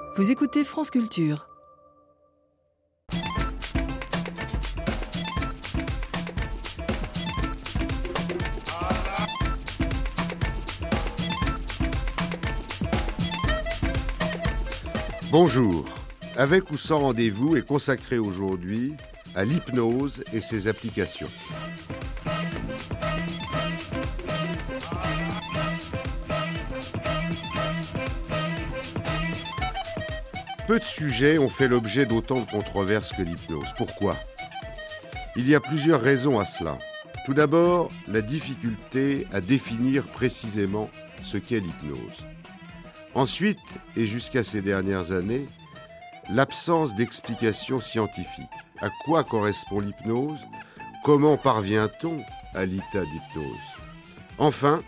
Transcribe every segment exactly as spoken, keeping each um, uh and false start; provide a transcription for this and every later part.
Vous écoutez France Culture. Bonjour. Avec ou sans rendez-vous est consacré aujourd'hui à l'hypnose et ses applications. Peu de sujets ont fait l'objet d'autant de controverses que l'hypnose. Pourquoi ? Il y a plusieurs raisons à cela. Tout d'abord, la difficulté à définir précisément ce qu'est l'hypnose. Ensuite, et jusqu'à ces dernières années, l'absence d'explications scientifiques. À quoi correspond l'hypnose ? Comment parvient-on à l'état d'hypnose ? Enfin,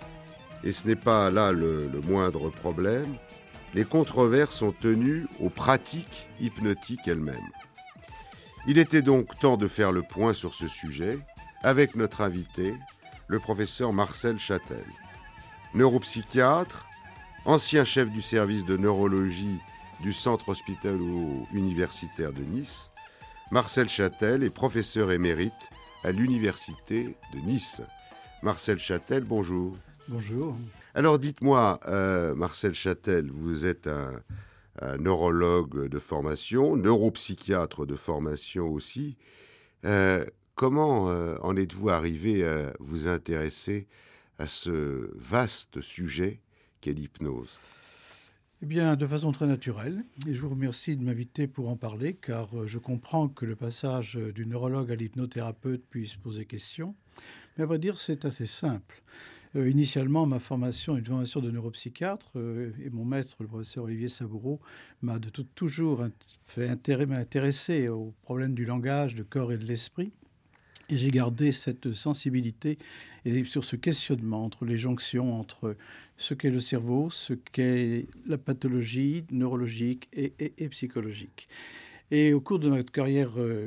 et ce n'est pas là le, le moindre problème, les controverses sont tenues aux pratiques hypnotiques elles-mêmes. Il était donc temps de faire le point sur ce sujet avec notre invité, le professeur Marcel Chatel. Neuropsychiatre, ancien chef du service de neurologie du Centre hospitalo-universitaire de Nice, Marcel Chatel est professeur émérite à l'Université de Nice. Marcel Chatel, bonjour. Bonjour. Alors dites-moi, euh, Marcel Chatel, vous êtes un, un neurologue de formation, neuropsychiatre de formation aussi. Euh, comment euh, en êtes-vous arrivé à vous intéresser à ce vaste sujet qu'est l'hypnose ? Eh bien, de façon très naturelle, et je vous remercie de m'inviter pour en parler, car je comprends que le passage du neurologue à l'hypnothérapeute puisse poser question. Mais à vrai dire, c'est assez simple. Euh, initialement, ma formation est une formation de neuropsychiatre, euh, et mon maître, le professeur Olivier Saboureau, m'a de tout, toujours fait intéresser, m'intéresser aux problèmes du langage, du corps et de l'esprit. Et j'ai gardé cette sensibilité et sur ce questionnement entre les jonctions entre ce qu'est le cerveau, ce qu'est la pathologie neurologique et, et, et psychologique. Et au cours de notre carrière euh,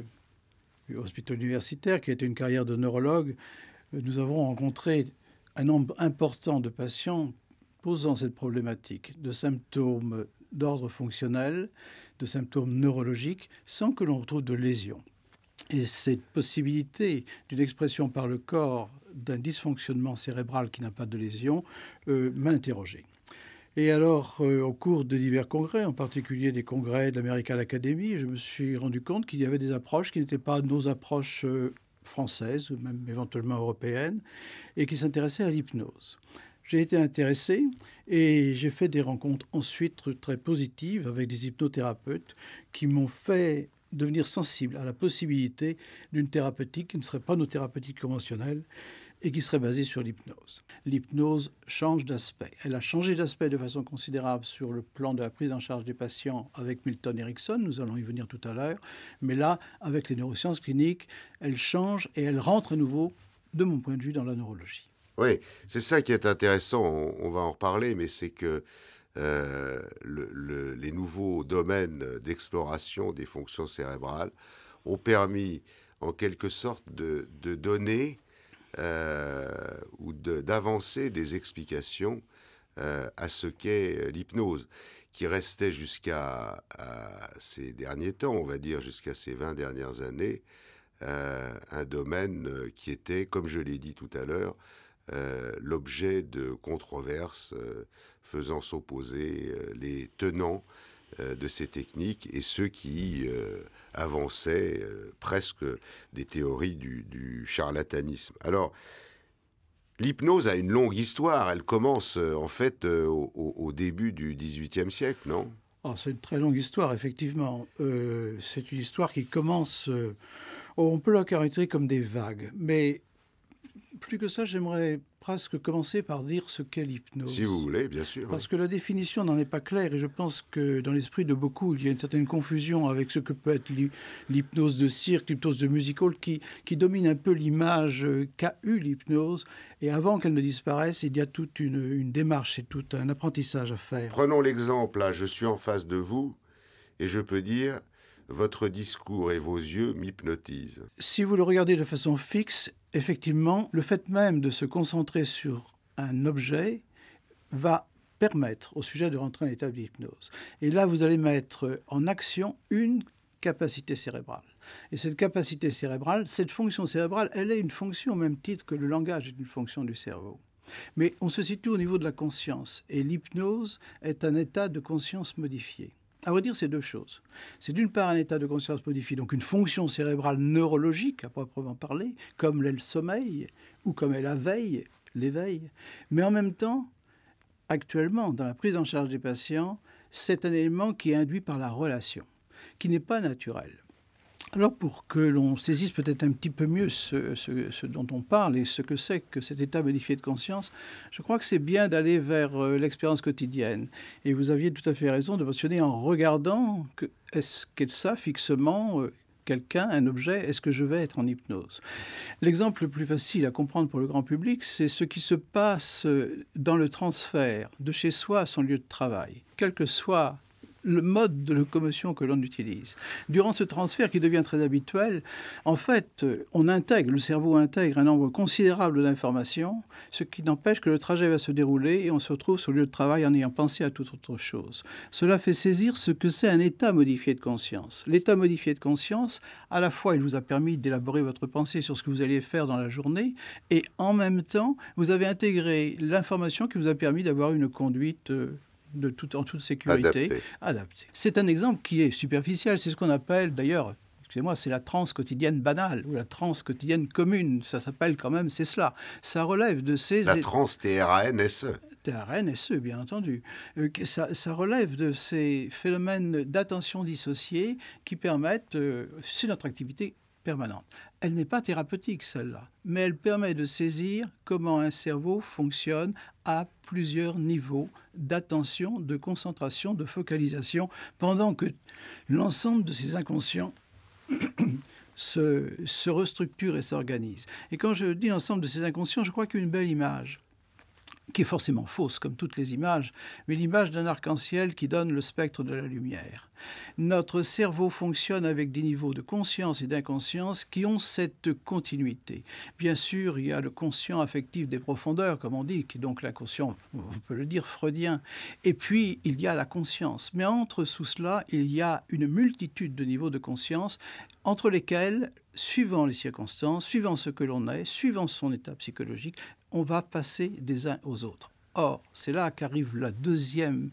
hospitalo-universitaire, qui a été une carrière de neurologue, euh, nous avons rencontré un nombre important de patients posant cette problématique de symptômes d'ordre fonctionnel, de symptômes neurologiques, sans que l'on retrouve de lésions. Et cette possibilité d'une expression par le corps d'un dysfonctionnement cérébral qui n'a pas de lésion euh, m'a interrogé. Et alors, euh, au cours de divers congrès, en particulier des congrès de l'American Academy, je me suis rendu compte qu'il y avait des approches qui n'étaient pas nos approches euh, françaises, ou même éventuellement européennes, et qui s'intéressaient à l'hypnose. J'ai été intéressé et j'ai fait des rencontres ensuite très positives avec des hypnothérapeutes qui m'ont fait devenir sensible à la possibilité d'une thérapeutique qui ne serait pas nos thérapeutiques conventionnelles et qui serait basée sur l'hypnose. L'hypnose change d'aspect. Elle a changé d'aspect de façon considérable sur le plan de la prise en charge des patients avec Milton Erickson, nous allons y venir tout à l'heure, mais là, avec les neurosciences cliniques, elle change et elle rentre à nouveau, de mon point de vue, dans la neurologie. Oui, c'est ça qui est intéressant, on, on va en reparler, mais c'est que Euh, le, le, les nouveaux domaines d'exploration des fonctions cérébrales ont permis en quelque sorte de, de donner euh, ou de, d'avancer des explications euh, à ce qu'est l'hypnose, qui restait jusqu'à à ces derniers temps, on va dire jusqu'à ces vingt dernières années, euh, un domaine qui était, comme je l'ai dit tout à l'heure, Euh, l'objet de controverses euh, faisant s'opposer euh, les tenants euh, de ces techniques et ceux qui euh, avançaient euh, presque des théories du, du charlatanisme. Alors, l'hypnose a une longue histoire. Elle commence euh, en fait euh, au, au début du dix-huitième siècle, non ? Oh, c'est une très longue histoire, effectivement. Euh, c'est une histoire qui commence... Euh, on peut la caractériser comme des vagues, mais... Plus que ça, j'aimerais presque commencer par dire ce qu'est l'hypnose. Si vous voulez, bien sûr. Parce que la définition n'en est pas claire et je pense que dans l'esprit de beaucoup, il y a une certaine confusion avec ce que peut être l'hypnose de cirque, l'hypnose de musical qui, qui domine un peu l'image qu'a eue l'hypnose. Et avant qu'elle ne disparaisse, il y a toute une, une démarche et tout un apprentissage à faire. Prenons l'exemple, là, je suis en face de vous et je peux dire... Votre discours et vos yeux m'hypnotisent. Si vous le regardez de façon fixe, effectivement, le fait même de se concentrer sur un objet va permettre au sujet de rentrer en état d'hypnose. Et là, vous allez mettre en action une capacité cérébrale. Et cette capacité cérébrale, cette fonction cérébrale, elle est une fonction au même titre que le langage est une fonction du cerveau. Mais on se situe au niveau de la conscience. Et l'hypnose est un état de conscience modifié. À vrai dire, c'est deux choses. C'est d'une part un état de conscience modifié, donc une fonction cérébrale neurologique, à proprement parler, comme l'est le sommeil, ou comme est la veille, l'éveil. Mais en même temps, actuellement, dans la prise en charge des patients, c'est un élément qui est induit par la relation, qui n'est pas naturel. Alors, pour que l'on saisisse peut-être un petit peu mieux ce, ce, ce dont on parle et ce que c'est que cet état modifié de conscience, je crois que c'est bien d'aller vers euh, l'expérience quotidienne. Et vous aviez tout à fait raison de mentionner en regardant que, est-ce que ça, fixement, euh, quelqu'un, un objet, est-ce que je vais être en hypnose ? L'exemple le plus facile à comprendre pour le grand public, c'est ce qui se passe dans le transfert de chez soi à son lieu de travail, quel que soit le mode de locomotion que l'on utilise. Durant ce transfert qui devient très habituel, en fait, on intègre, le cerveau intègre un nombre considérable d'informations, ce qui n'empêche que le trajet va se dérouler et on se retrouve sur le lieu de travail en ayant pensé à toute autre chose. Cela fait saisir ce que c'est un état modifié de conscience. L'état modifié de conscience, à la fois, il vous a permis d'élaborer votre pensée sur ce que vous alliez faire dans la journée et en même temps, vous avez intégré l'information qui vous a permis d'avoir une conduite euh, de tout, en toute sécurité, adapté. adapté. C'est un exemple qui est superficiel, c'est ce qu'on appelle d'ailleurs, excusez-moi, c'est la transe quotidienne banale ou la transe quotidienne commune, ça s'appelle quand même, c'est cela. Ça relève de ces... La transe T R A N S E. T R A N S E, bien entendu. Euh, ça, ça relève de ces phénomènes d'attention dissociée qui permettent, euh, c'est notre activité permanente. Elle n'est pas thérapeutique, celle-là, mais elle permet de saisir comment un cerveau fonctionne à plusieurs niveaux d'attention, de concentration, de focalisation, pendant que l'ensemble de ces inconscients se, se restructure et s'organise. Et quand je dis l'ensemble de ces inconscients, je crois qu'il y a une belle image, qui est forcément fausse, comme toutes les images, mais l'image d'un arc-en-ciel qui donne le spectre de la lumière. Notre cerveau fonctionne avec des niveaux de conscience et d'inconscience qui ont cette continuité. Bien sûr, il y a le conscient affectif des profondeurs, comme on dit, qui est donc l'inconscient, on peut le dire, freudien. Et puis, il y a la conscience. Mais entre sous cela, il y a une multitude de niveaux de conscience entre lesquels, suivant les circonstances, suivant ce que l'on est, suivant son état psychologique, on va passer des uns aux autres. Or, c'est là qu'arrive le deuxième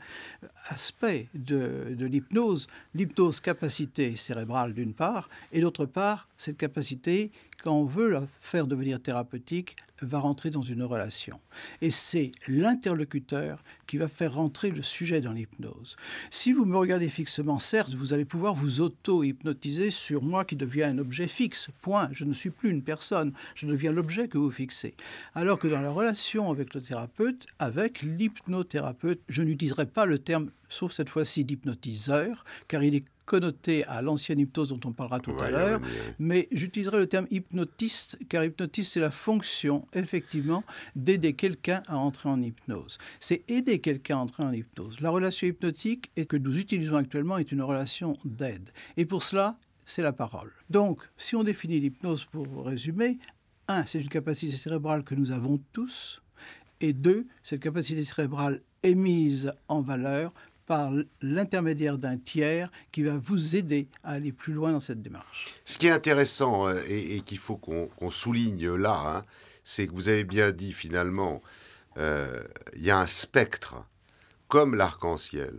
aspect de, de l'hypnose, l'hypnose capacité cérébrale d'une part, et d'autre part, cette capacité, quand on veut la faire devenir thérapeutique, va rentrer dans une relation. Et c'est l'interlocuteur qui va faire rentrer le sujet dans l'hypnose. Si vous me regardez fixement, certes, vous allez pouvoir vous auto-hypnotiser sur moi qui deviens un objet fixe. Point. Je ne suis plus une personne. Je deviens l'objet que vous fixez. Alors que dans la relation avec le thérapeute, avec l'hypnothérapeute, je n'utiliserai pas le terme, sauf cette fois-ci d'hypnotiseur, car il est connoté à l'ancienne hypnose dont on parlera tout ouais, à l'heure, ouais, ouais. mais j'utiliserai le terme hypnotiste, car hypnotiste, c'est la fonction, effectivement, d'aider quelqu'un à entrer en hypnose. C'est aider quelqu'un à entrer en hypnose. La relation hypnotique et que nous utilisons actuellement est une relation d'aide. Et pour cela, c'est la parole. Donc, si on définit l'hypnose pour résumer, un, c'est une capacité cérébrale que nous avons tous, et deux, cette capacité cérébrale est mise en valeur par l'intermédiaire d'un tiers qui va vous aider à aller plus loin dans cette démarche. Ce qui est intéressant euh, et, et qu'il faut qu'on, qu'on souligne là, hein, c'est que vous avez bien dit finalement, euh, il y a un spectre, comme l'arc-en-ciel.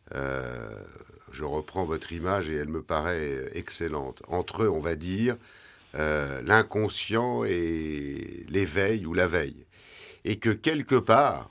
Euh, je reprends votre image et elle me paraît excellente. Entre eux, on va dire, euh, l'inconscient et l'éveil ou la veille. Et que quelque part,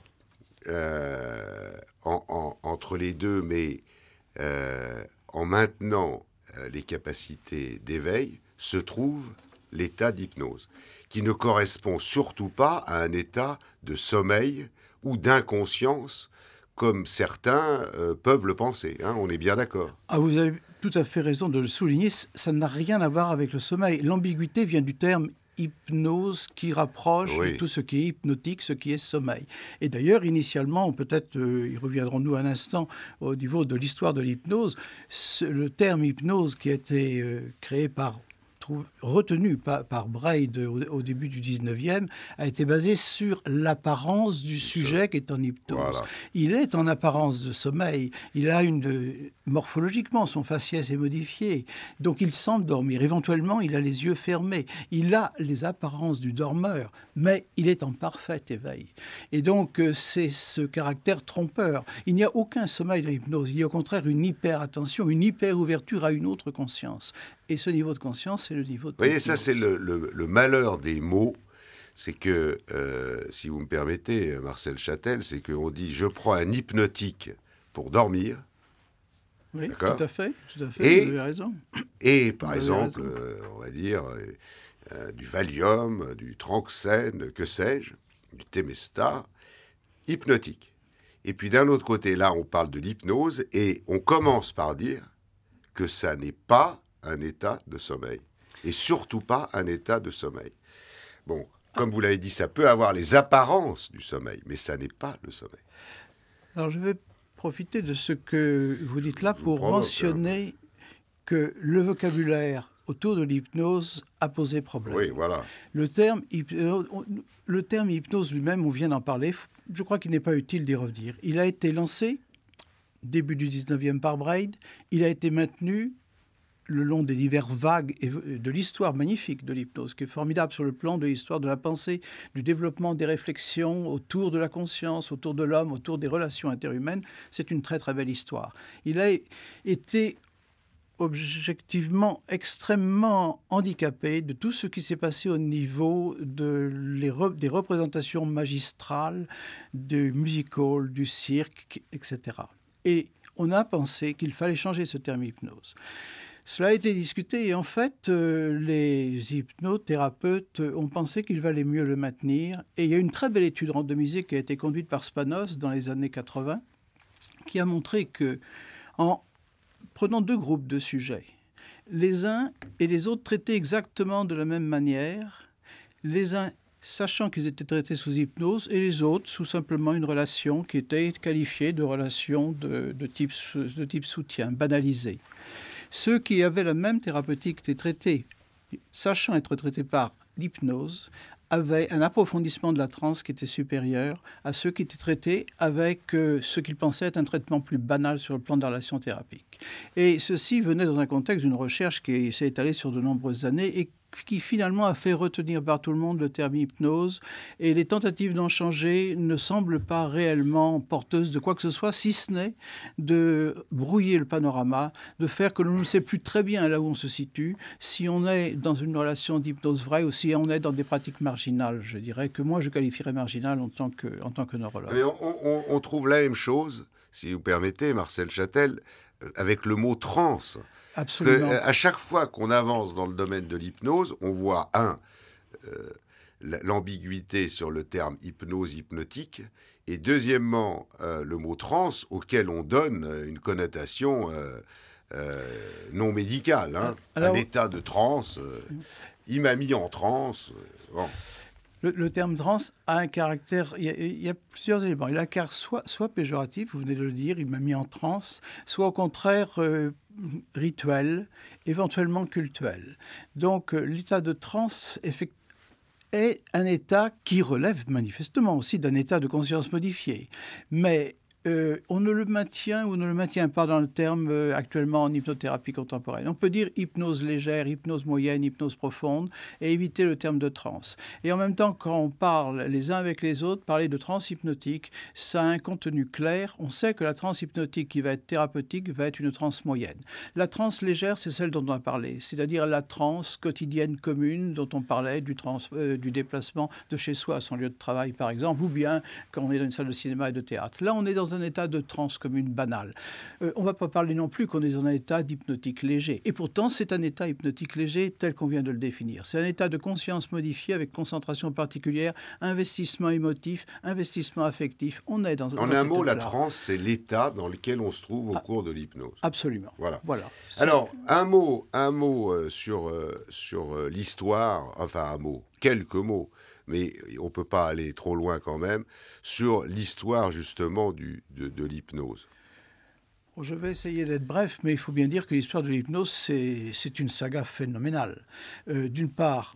euh, en, en, entre les deux, mais euh, en maintenant euh, les capacités d'éveil, se trouve l'état d'hypnose, qui ne correspond surtout pas à un état de sommeil ou d'inconscience, comme certains euh, peuvent le penser. Hein, on est bien d'accord. Ah, vous avez tout à fait raison de le souligner. Ça n'a rien à voir avec le sommeil. L'ambiguïté vient du terme hypnose qui rapproche oui. de tout ce qui est hypnotique, ce qui est sommeil. Et d'ailleurs, initialement, peut-être euh, y reviendrons-nous un instant au niveau de l'histoire de l'hypnose, ce, le terme hypnose qui a été euh, créé par trouve, retenu par, par Braid au, au début du dix-neuvième, a été basé sur l'apparence du sujet qui est en hypnose. Voilà. Il est en apparence de sommeil. Il a une... De, morphologiquement, son faciès est modifié. Donc, il semble dormir. Éventuellement, il a les yeux fermés. Il a les apparences du dormeur, mais il est en parfait éveil. Et donc, c'est ce caractère trompeur. Il n'y a aucun sommeil dans l'hypnose. Il y a au contraire une hyper-attention, une hyper-ouverture à une autre conscience. Et ce niveau de conscience, c'est le niveau de... Vous voyez, ça, c'est le, le, le malheur des mots. C'est que, euh, si vous me permettez, Marcel Châtel, c'est qu'on dit « je prends un hypnotique pour dormir ». Oui, tout à fait, tout à fait, et, vous avez raison. Et, par exemple, euh, on va dire, euh, du Valium, du Tranxène, que sais-je, du Temesta, hypnotique. Et puis, d'un autre côté, là, on parle de l'hypnose, et on commence par dire que ça n'est pas un état de sommeil. Et surtout pas un état de sommeil. Bon, comme vous l'avez dit, ça peut avoir les apparences du sommeil, mais ça n'est pas le sommeil. Alors, je vais profiter de ce que vous dites là pour provoque, mentionner hein. que le vocabulaire autour de l'hypnose a posé problème. Oui, voilà. Le terme hypnose, le terme hypnose lui-même, on vient d'en parler, je crois qu'il n'est pas utile d'y revenir. Il a été lancé début du dix-neuvième par Braid, il a été maintenu le long des diverses vagues de l'histoire magnifique de l'hypnose, qui est formidable sur le plan de l'histoire de la pensée, du développement des réflexions autour de la conscience, autour de l'homme, autour des relations interhumaines. C'est une très très belle histoire. Il a été objectivement extrêmement handicapé de tout ce qui s'est passé au niveau de les re, des représentations magistrales, du music-hall, du cirque, et cetera. Et on a pensé qu'il fallait changer ce terme hypnose. Cela a été discuté et en fait, euh, les hypnothérapeutes ont pensé qu'il valait mieux le maintenir. Et il y a une très belle étude randomisée qui a été conduite par Spanos dans les années quatre-vingts, qui a montré que, en prenant deux groupes de sujets, les uns et les autres traités exactement de la même manière, les uns sachant qu'ils étaient traités sous hypnose et les autres sous simplement une relation qui était qualifiée de relation de, de, type, de type soutien, banalisée. Ceux qui avaient la même thérapeutique étaient traités, sachant être traités par l'hypnose, avaient un approfondissement de la transe qui était supérieur à ceux qui étaient traités avec euh, ce qu'ils pensaient être un traitement plus banal sur le plan de la relation thérapique. Et ceci venait dans un contexte d'une recherche qui s'est étalée sur de nombreuses années et qui finalement a fait retenir par tout le monde le terme hypnose. Et les tentatives d'en changer ne semblent pas réellement porteuses de quoi que ce soit, si ce n'est de brouiller le panorama, de faire que l'on ne sait plus très bien là où on se situe, si on est dans une relation d'hypnose vraie ou si on est dans des pratiques marginales, je dirais, que moi je qualifierais marginales en tant que, en tant que neurologue. Mais on, on, on trouve la même chose, si vous permettez, Marcel Châtel, avec le mot « transe ». Absolument. Parce qu'à chaque fois qu'on avance dans le domaine de l'hypnose, on voit, un, euh, l'ambiguïté sur le terme hypnose, hypnotique, et deuxièmement, euh, le mot trans, auquel on donne une connotation euh, euh, non médicale. Hein. Alors, un état de transe, euh, il m'a mis en transe. Euh, bon. Le, le terme trans a un caractère, il y a, il y a plusieurs éléments. Il a un caractère soit, soit péjoratif, vous venez de le dire, il m'a mis en transe, soit au contraire euh, rituel, éventuellement cultuel. Donc euh, l'état de transe est un état qui relève manifestement aussi d'un état de conscience modifié. Mais Euh, on ne le maintient ou ne le maintient pas dans le terme euh, actuellement en hypnothérapie contemporaine. On peut dire hypnose légère, hypnose moyenne, hypnose profonde et éviter le terme de transe. Et en même temps, quand on parle les uns avec les autres, parler de transe hypnotique, ça a un contenu clair. On sait que la transe hypnotique qui va être thérapeutique va être une transe moyenne. La transe légère, c'est celle dont on a parlé, c'est-à-dire la transe quotidienne commune dont on parlait, du, trans, euh, du déplacement de chez soi à son lieu de travail, par exemple, ou bien quand on est dans une salle de cinéma et de théâtre. Là, on est dans un état de transe commune banale. Euh, on ne va pas parler non plus qu'on est dans un état d'hypnotique léger. Et pourtant, c'est un état hypnotique léger tel qu'on vient de le définir. C'est un état de conscience modifié avec concentration particulière, investissement émotif, investissement affectif. On est dans, en dans un mot, la transe, c'est l'état dans lequel on se trouve au ah, cours de l'hypnose. Absolument. Voilà. voilà. Alors, un mot, un mot euh, sur, euh, sur euh, l'histoire, enfin un mot, quelques mots, mais on ne peut pas aller trop loin quand même, sur l'histoire justement du, de, de l'hypnose. Je vais essayer d'être bref, mais il faut bien dire que l'histoire de l'hypnose, c'est, c'est une saga phénoménale. Euh, d'une part,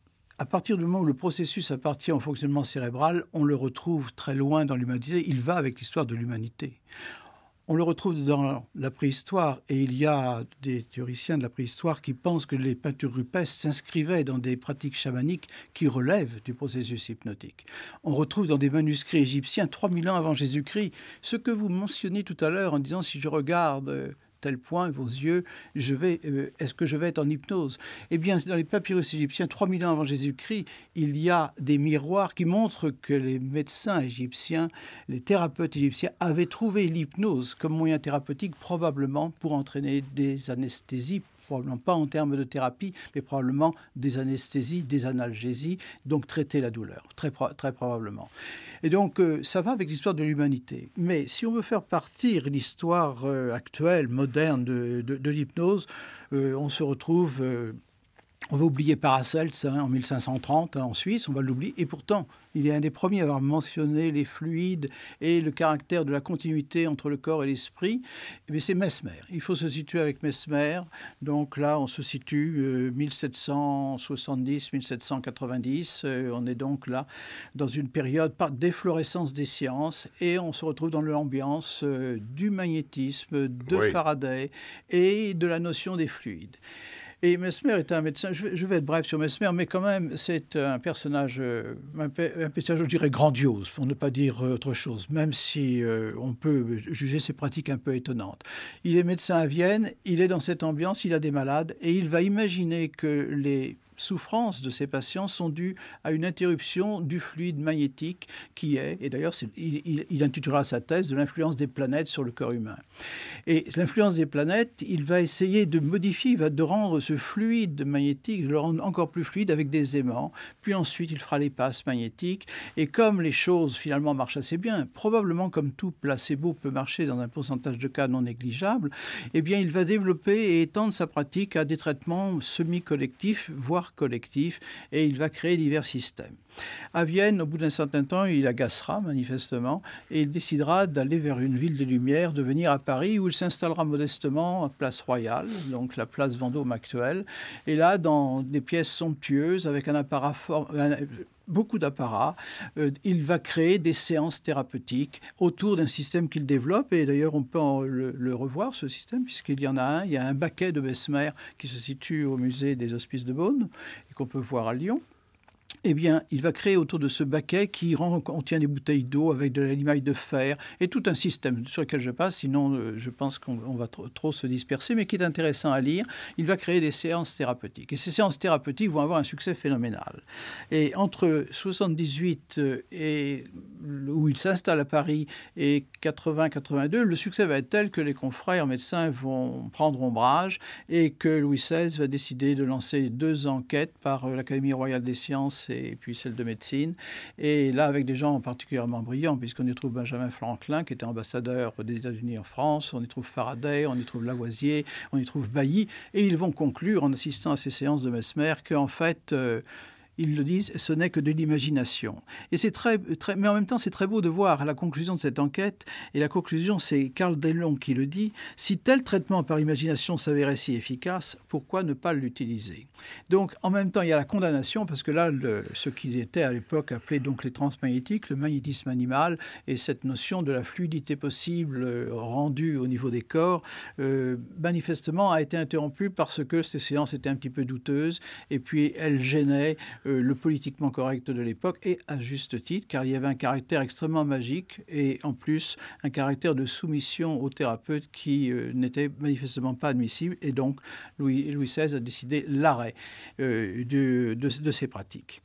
à partir du moment où le processus appartient au fonctionnement cérébral, on le retrouve très loin dans l'humanité. Il va avec l'histoire de l'humanité. On le retrouve dans la préhistoire, et il y a des théoriciens de la préhistoire qui pensent que les peintures rupestres s'inscrivaient dans des pratiques chamaniques qui relèvent du processus hypnotique. On retrouve dans des manuscrits égyptiens trois mille ans avant Jésus-Christ ce que vous mentionnez tout à l'heure en disant « si je regarde tel point, vos yeux, je vais, euh, est-ce que je vais être en hypnose ?» Eh bien, dans les papyrus égyptiens, trois mille ans avant Jésus-Christ, il y a des miroirs qui montrent que les médecins égyptiens, les thérapeutes égyptiens avaient trouvé l'hypnose comme moyen thérapeutique probablement pour entraîner des anesthésies, probablement pas en termes de thérapie, mais probablement des anesthésies, des analgésies, donc traiter la douleur, très, pro- très probablement. Et donc, euh, ça va avec l'histoire de l'humanité. Mais si on veut faire partir l'histoire euh, actuelle, moderne de, de, de l'hypnose, euh, on se retrouve... Euh, On va oublier Paracels hein, en mille cinq cent trente hein, en Suisse, on va l'oublier. Et pourtant, il est un des premiers à avoir mentionné les fluides et le caractère de la continuité entre le corps et l'esprit. Mais c'est Mesmer. Il faut se situer avec Mesmer. Donc là, on se situe euh, mille sept cent soixante-dix mille sept cent quatre-vingt-dix. Euh, on est donc là dans une période par d'efflorescence des sciences et on se retrouve dans l'ambiance euh, du magnétisme, de Oui. Faraday et de la notion des fluides. Et Mesmer est un médecin, je vais, je vais être bref sur Mesmer, mais quand même, c'est un personnage, un, un personnage, je dirais, grandiose, pour ne pas dire autre chose, même si euh, on peut juger ses pratiques un peu étonnantes. Il est médecin à Vienne, il est dans cette ambiance, il a des malades, et il va imaginer que les souffrances de ces patients sont dues à une interruption du fluide magnétique qui est, et d'ailleurs c'est, il, il, il intitulera sa thèse de l'influence des planètes sur le corps humain. Et l'influence des planètes, il va essayer de modifier, va de rendre ce fluide magnétique, de le rendre encore plus fluide avec des aimants, puis ensuite il fera les passes magnétiques, et comme les choses finalement marchent assez bien, probablement comme tout placebo peut marcher dans un pourcentage de cas non négligeable, eh bien il va développer et étendre sa pratique à des traitements semi-collectifs, voire collectif, et il va créer divers systèmes. À Vienne, au bout d'un certain temps, il agacera manifestement et il décidera d'aller vers une ville des Lumières, de venir à Paris où il s'installera modestement à Place Royale, donc la place Vendôme actuelle, et là, dans des pièces somptueuses, avec un apparat fort... Un, beaucoup d'apparats, euh, il va créer des séances thérapeutiques autour d'un système qu'il développe, et d'ailleurs on peut en, le, le revoir, ce système, puisqu'il y en a un, il y a un baquet de Mesmer qui se situe au musée des Hospices de Beaune, et qu'on peut voir à Lyon. Eh bien, il va créer autour de ce baquet qui rend, contient des bouteilles d'eau avec de la limaille de fer et tout un système sur lequel je passe, sinon euh, je pense qu'on on va trop, trop se disperser, mais qui est intéressant à lire. Il va créer des séances thérapeutiques. Et ces séances thérapeutiques vont avoir un succès phénoménal. Et entre soixante-dix-huit, et, où il s'installe à Paris, et quatre-vingts quatre-vingt-deux, le succès va être tel que les confrères médecins vont prendre ombrage et que Louis seize va décider de lancer deux enquêtes par l'Académie royale des sciences et puis celle de médecine. Et là, avec des gens particulièrement brillants, puisqu'on y trouve Benjamin Franklin, qui était ambassadeur des États-Unis en France, on y trouve Faraday, on y trouve Lavoisier, on y trouve Bailly, et ils vont conclure, en assistant à ces séances de Mesmer, qu'en fait... Euh, ils le disent, ce n'est que de l'imagination. Et c'est très, très, mais en même temps, c'est très beau de voir la conclusion de cette enquête. Et la conclusion, c'est Carl Delon qui le dit. Si tel traitement par imagination s'avérait si efficace, pourquoi ne pas l'utiliser? Donc, en même temps, il y a la condamnation, parce que là, le, ce qui était à l'époque appelé donc les transmagnétiques, le magnétisme animal, et cette notion de la fluidité possible euh, rendue au niveau des corps, euh, manifestement a été interrompue parce que ces séances étaient un petit peu douteuses, et puis elles gênaient le politiquement correct de l'époque, et à juste titre, car il y avait un caractère extrêmement magique et en plus un caractère de soumission au thérapeute qui euh, n'était manifestement pas admissible, et donc Louis, Louis seize a décidé l'arrêt euh, de, de, de ces pratiques.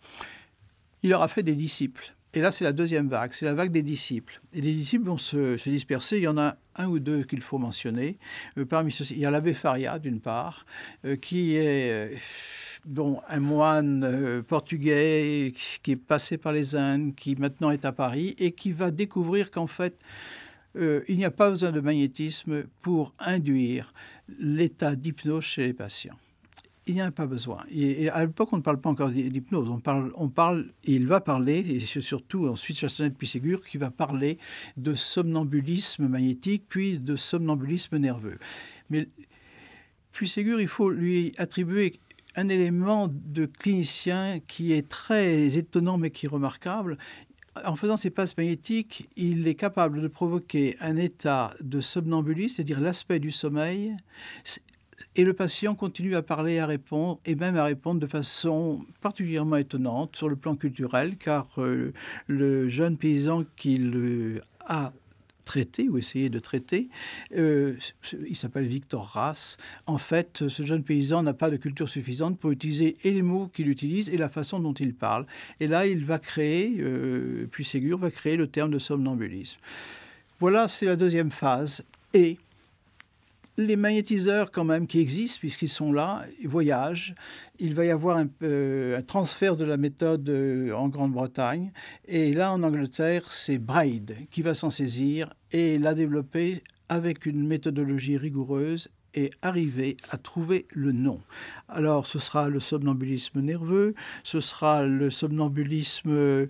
Il aura fait des disciples. Et là, c'est la deuxième vague, c'est la vague des disciples. Et les disciples vont se, se disperser. Il y en a un ou deux qu'il faut mentionner. Euh, parmi ceux-ci, il y a l'abbé Faria, d'une part, euh, qui est... Euh, Bon, un moine euh, portugais qui est passé par les Indes, qui maintenant est à Paris et qui va découvrir qu'en fait, euh, il n'y a pas besoin de magnétisme pour induire l'état d'hypnose chez les patients. il n'y en a pas besoin. Et, et à l'époque, on ne parle pas encore d'hypnose. On parle, on parle, et il va parler, et surtout ensuite Chastenel puis Ségur, qui va parler de somnambulisme magnétique, puis de somnambulisme nerveux. Mais puis Ségur, il faut lui attribuer un élément de clinicien qui est très étonnant, mais qui est remarquable. En faisant ces passes magnétiques, il est capable de provoquer un état de somnambulisme, c'est-à-dire l'aspect du sommeil. Et le patient continue à parler, à répondre, et même à répondre de façon particulièrement étonnante sur le plan culturel, car euh, le jeune paysan qu'il a traité ou essayé de traiter, euh, il s'appelle Victor Rass. En fait, ce jeune paysan n'a pas de culture suffisante pour utiliser et les mots qu'il utilise et la façon dont il parle. Et là, il va créer, euh, puis Ségur va créer le terme de somnambulisme. Voilà, c'est la deuxième phase. Et les magnétiseurs, quand même, qui existent, puisqu'ils sont là, ils voyagent. Il va y avoir un, euh, un transfert de la méthode euh, en Grande-Bretagne. Et là, en Angleterre, c'est Braid qui va s'en saisir et la développer avec une méthodologie rigoureuse et arriver à trouver le nom. Alors, ce sera le somnambulisme nerveux, ce sera le somnambulisme, euh,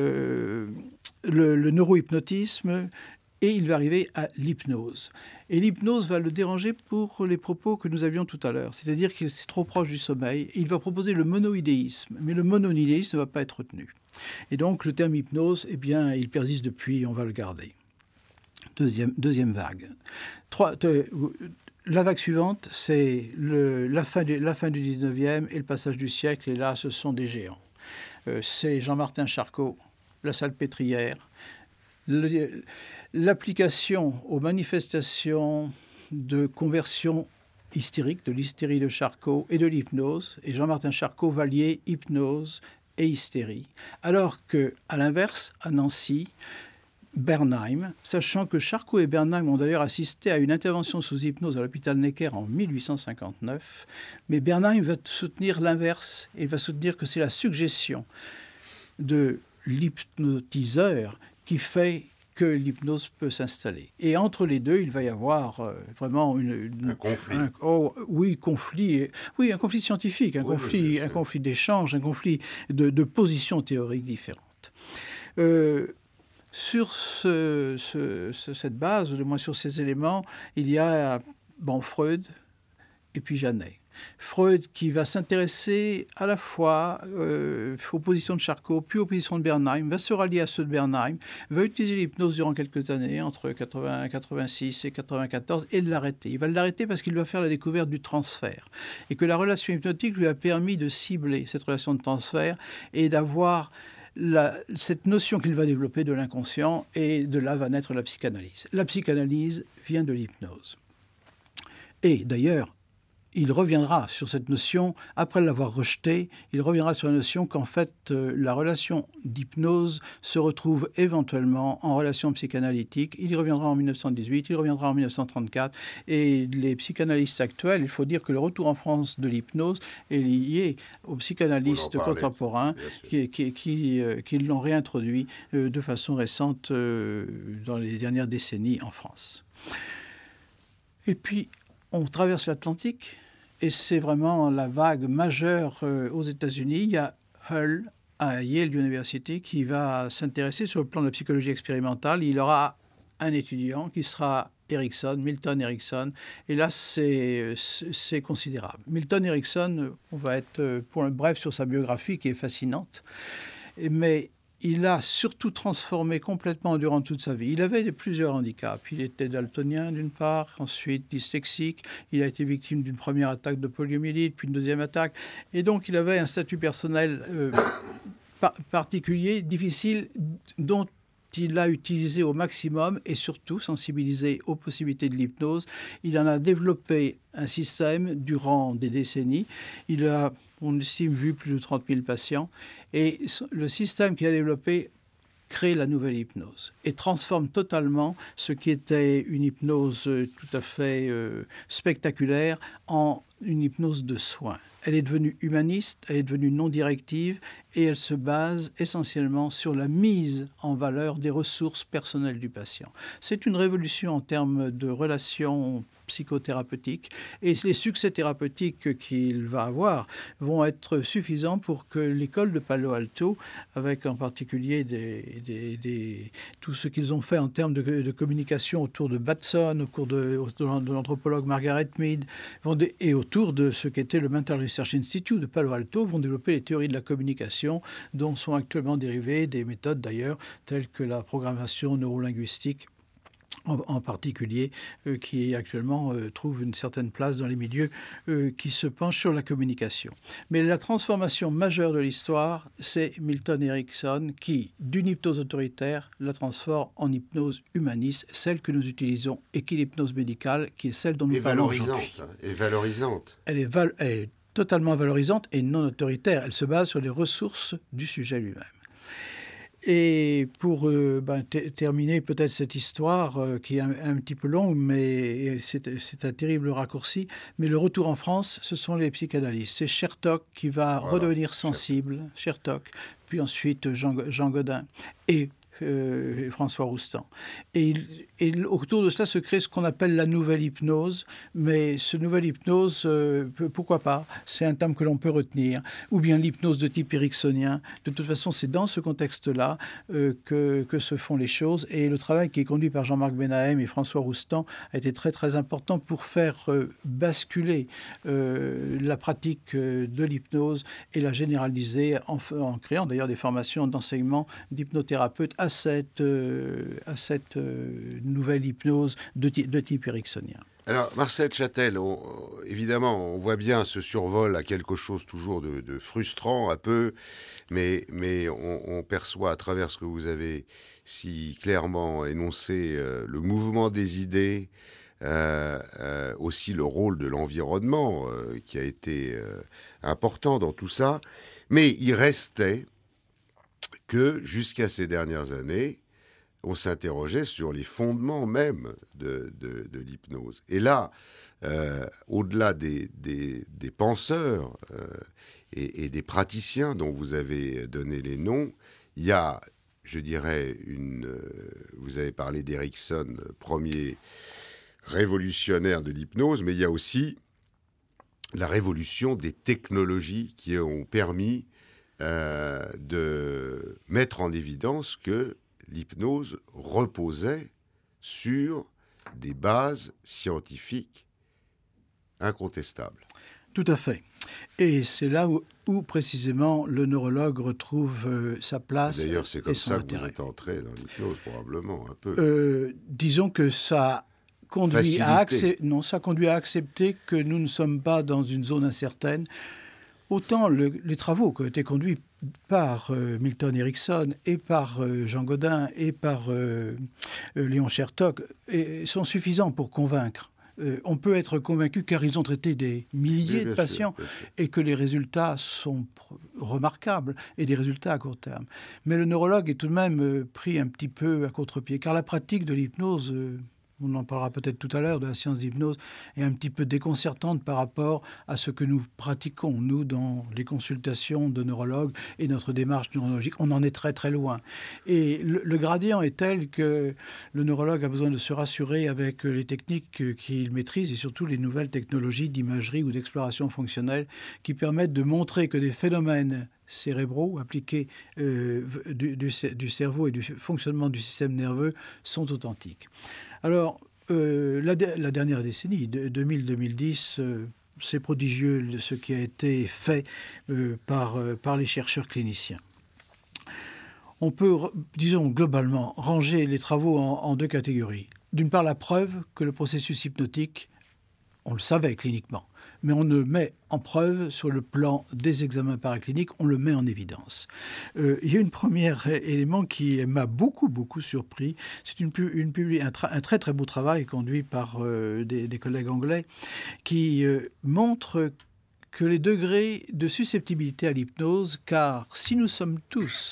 le, le neurohypnotisme, et il va arriver à l'hypnose. Et l'hypnose va le déranger pour les propos que nous avions tout à l'heure, c'est-à-dire qu'il est trop proche du sommeil. Il va proposer le monoïdéisme, mais le monoïdéisme ne va pas être retenu. Et donc le terme hypnose, eh bien, il persiste depuis, on va le garder. Deuxième, deuxième vague. Trois, euh, la vague suivante, c'est le, la, fin du, la fin du dix-neuvième et le passage du siècle, et là, ce sont des géants. Euh, c'est Jean-Martin Charcot, la Salpêtrière, le, l'application aux manifestations de conversion hystérique, de l'hystérie de Charcot et de l'hypnose. Et Jean-Martin Charcot va lier hypnose et hystérie. Alors qu'à l'inverse, à Nancy, Bernheim, sachant que Charcot et Bernheim ont d'ailleurs assisté à une intervention sous hypnose à l'hôpital Necker en mille huit cent cinquante-neuf, mais Bernheim va soutenir l'inverse. Il va soutenir que c'est la suggestion de l'hypnotiseur qui fait que l'hypnose peut s'installer. Et entre les deux, il va y avoir euh, vraiment une, une, un conflit. Un, oh, oui, conflit. Oui, un conflit scientifique, un oui, conflit, un conflit d'échange, un conflit de, de positions théoriques différentes. Euh, sur ce, ce, ce, cette base, ou du moins sur ces éléments, il y a bon, Freud et puis Janet. Freud qui va s'intéresser à la fois euh, aux positions de Charcot, puis aux positions de Bernheim, va se rallier à ceux de Bernheim, va utiliser l'hypnose durant quelques années, entre quatre-vingts, quatre-vingt-six et quatre-vingt-quatorze, et l'arrêter. Il va l'arrêter parce qu'il va faire la découverte du transfert, et que la relation hypnotique lui a permis de cibler cette relation de transfert et d'avoir la, cette notion qu'il va développer de l'inconscient, et de là va naître la psychanalyse. La psychanalyse vient de l'hypnose. Et d'ailleurs, il reviendra sur cette notion, après l'avoir rejetée, il reviendra sur la notion qu'en fait, euh, la relation d'hypnose se retrouve éventuellement en relation psychanalytique. Il y reviendra en mille neuf cent dix-huit, il reviendra en mille neuf cent trente-quatre. Et les psychanalystes actuels, il faut dire que le retour en France de l'hypnose est lié aux psychanalystes contemporains qui, qui, qui, euh, qui l'ont réintroduit euh, de façon récente euh, dans les dernières décennies en France. Et puis, on traverse l'Atlantique. Et c'est vraiment la vague majeure euh, aux États-Unis. Il y a Hull à Yale University qui va s'intéresser sur le plan de la psychologie expérimentale. Il aura un étudiant qui sera Erickson, Milton Erickson. Et là, c'est, c'est considérable. Milton Erickson, on va être pour un bref sur sa biographie qui est fascinante. Mais il a surtout transformé complètement durant toute sa vie. Il avait plusieurs handicaps. Il était daltonien d'une part, ensuite dyslexique. Il a été victime d'une première attaque de poliomyélite, puis une deuxième attaque. Et donc, il avait un statut personnel euh, par- particulier, difficile, dont il a utilisé au maximum et surtout sensibilisé aux possibilités de l'hypnose. Il en a développé un système durant des décennies. Il a, on estime, vu plus de trente mille patients. Et le système qu'il a développé crée la nouvelle hypnose et transforme totalement ce qui était une hypnose tout à fait euh, spectaculaire en une hypnose de soins. Elle est devenue humaniste, elle est devenue non directive, et elle se base essentiellement sur la mise en valeur des ressources personnelles du patient. C'est une révolution en termes de relations psychothérapeutiques et les succès thérapeutiques qu'il va avoir vont être suffisants pour que l'école de Palo Alto, avec en particulier des, des, des, tout ce qu'ils ont fait en termes de, de communication autour de Batson, au cours de, de l'anthropologue Margaret Mead, vont de, et autour de ce qu'était le Mental Research Institute de Palo Alto, vont développer les théories de la communication dont sont actuellement dérivées des méthodes d'ailleurs telles que la programmation neurolinguistique en, en particulier, euh, qui actuellement euh, trouve une certaine place dans les milieux euh, qui se penchent sur la communication. Mais la transformation majeure de l'histoire, c'est Milton Erickson qui, d'une hypnose autoritaire, la transforme en hypnose humaniste, celle que nous utilisons, et qui est l'hypnose médicale, qui est celle dont nous et parlons valorisante, aujourd'hui. Et valorisante. Elle est, val- elle est totalement valorisante et non autoritaire. Elle se base sur les ressources du sujet lui-même. Et pour euh, ben, t- terminer peut-être cette histoire euh, qui est un, un petit peu longue, mais c'est, c'est un terrible raccourci, mais le retour en France, ce sont les psychanalystes. C'est Chertok qui va Voilà, redevenir sensible, Chertok, puis ensuite Jean, Jean Godin et euh, François Roustan. Et, et autour de cela se crée ce qu'on appelle la nouvelle hypnose, mais ce nouvelle hypnose, euh, pourquoi pas, c'est un terme que l'on peut retenir, ou bien l'hypnose de type ericksonien. De toute façon, c'est dans ce contexte-là euh, que, que se font les choses, et le travail qui est conduit par Jean-Marc Benahem et François Roustan a été très très important pour faire euh, basculer euh, la pratique euh, de l'hypnose et la généraliser en, en créant d'ailleurs des formations d'enseignement d'hypnothérapeutes à cette, euh, à cette euh, nouvelle hypnose de, de type ericksonien. Alors, Marcel Châtel, on, évidemment, on voit bien ce survol à quelque chose toujours de, de frustrant, un peu, mais, mais on, on perçoit à travers ce que vous avez si clairement énoncé euh, le mouvement des idées, euh, euh, aussi le rôle de l'environnement euh, qui a été euh, important dans tout ça, mais il restait que jusqu'à ces dernières années, on s'interrogeait sur les fondements même de, de, de l'hypnose. Et là, euh, au-delà des, des, des penseurs euh, et, et des praticiens dont vous avez donné les noms, il y a, je dirais, une... Euh, vous avez parlé d'Erickson, premier révolutionnaire de l'hypnose, mais il y a aussi la révolution des technologies qui ont permis Euh, de mettre en évidence que l'hypnose reposait sur des bases scientifiques incontestables. Tout à fait. Et c'est là où, où précisément le neurologue retrouve euh, sa place. D'ailleurs, c'est comme et son ça que intérêt. vous êtes entré dans l'hypnose, probablement, un peu. Euh, disons que ça conduit, à accep- non, ça conduit à accepter que nous ne sommes pas dans une zone incertaine. Autant le, les travaux qui ont été conduits par euh, Milton Erickson et par euh, Jean Godin et par euh, euh, Léon Chertok et, sont suffisants pour convaincre. Euh, on peut être convaincu car ils ont traité des milliers oui, de patients sûr, sûr. et que les résultats sont pr- remarquables et des résultats à court terme. Mais le neurologue est tout de même euh, pris un petit peu à contre-pied car la pratique de l'hypnose... Euh, on en parlera peut-être tout à l'heure, de la science d'hypnose, est un petit peu déconcertante par rapport à ce que nous pratiquons, nous, dans les consultations de neurologues et notre démarche neurologique. On en est très, très loin. Et le, le gradient est tel que le neurologue a besoin de se rassurer avec les techniques qu'il maîtrise et surtout les nouvelles technologies d'imagerie ou d'exploration fonctionnelle qui permettent de montrer que des phénomènes cérébraux appliqués euh, du, du, du cerveau et du fonctionnement du système nerveux sont authentiques. Alors, euh, la, la dernière décennie, de, deux mille à deux mille dix, euh, c'est prodigieux ce qui a été fait euh, par, euh, par les chercheurs cliniciens. On peut, disons globalement, ranger les travaux en, en deux catégories. D'une part, la preuve que le processus hypnotique, on le savait cliniquement, mais on le met en preuve sur le plan des examens paracliniques, on le met en évidence. Euh, il y a un premier élément qui m'a beaucoup, beaucoup surpris. C'est une, une, une, un, tra- un très, très beau travail conduit par euh, des, des collègues anglais qui euh, montre que les degrés de susceptibilité à l'hypnose, car si nous sommes tous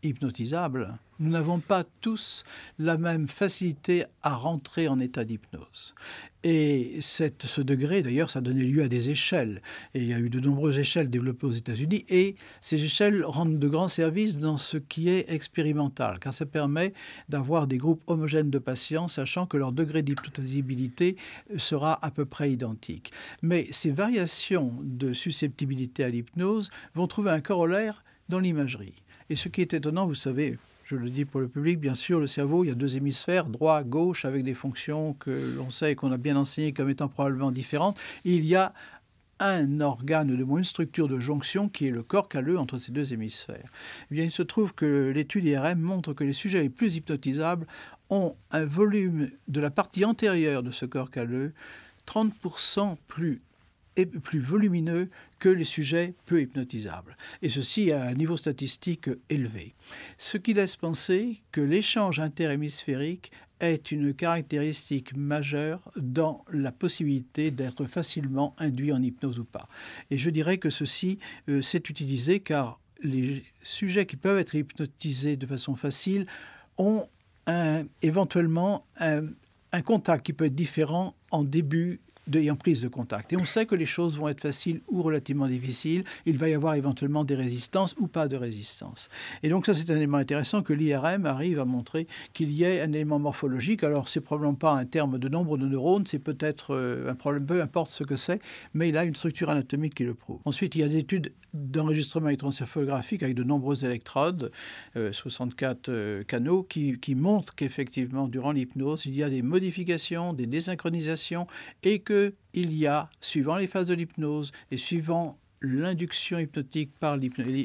hypnotisables, nous n'avons pas tous la même facilité à rentrer en état d'hypnose. Et cette, ce degré, d'ailleurs, ça a donné lieu à des échelles. Et il y a eu de nombreuses échelles développées aux États-Unis. Et ces échelles rendent de grands services dans ce qui est expérimental, car ça permet d'avoir des groupes homogènes de patients, sachant que leur degré d'hypnotisabilité sera à peu près identique. Mais ces variations de susceptibilité à l'hypnose vont trouver un corollaire dans l'imagerie. Et ce qui est étonnant, vous savez, je le dis pour le public, bien sûr, le cerveau, il y a deux hémisphères, droit, gauche, avec des fonctions que l'on sait et qu'on a bien enseignées comme étant probablement différentes. Il y a un organe, de moins une structure de jonction qui est le corps calleux entre ces deux hémisphères. Eh bien, il se trouve que l'étude I R M montre que les sujets les plus hypnotisables ont un volume de la partie antérieure de ce corps calleux trente pour cent plus est plus volumineux que les sujets peu hypnotisables. Et ceci à un niveau statistique élevé. Ce qui laisse penser que l'échange interhémisphérique est une caractéristique majeure dans la possibilité d'être facilement induit en hypnose ou pas. Et je dirais que ceci euh, s'est utilisé car les sujets qui peuvent être hypnotisés de façon facile ont un, éventuellement un, un contact qui peut être différent en début de, et en prise de contact. Et on sait que les choses vont être faciles ou relativement difficiles. Il va y avoir éventuellement des résistances ou pas de résistance. Et donc ça, c'est un élément intéressant que l'I R M arrive à montrer qu'il y ait un élément morphologique. Alors, c'est probablement pas un terme de nombre de neurones, c'est peut-être euh, un problème, peu importe ce que c'est, mais il a une structure anatomique qui le prouve. Ensuite, il y a des études d'enregistrement électroencéphalographique avec de nombreuses électrodes, euh, soixante-quatre euh, canaux, qui, qui montrent qu'effectivement, durant l'hypnose, il y a des modifications, des désynchronisations et qu'il y a, suivant les phases de l'hypnose et suivant l'induction hypnotique par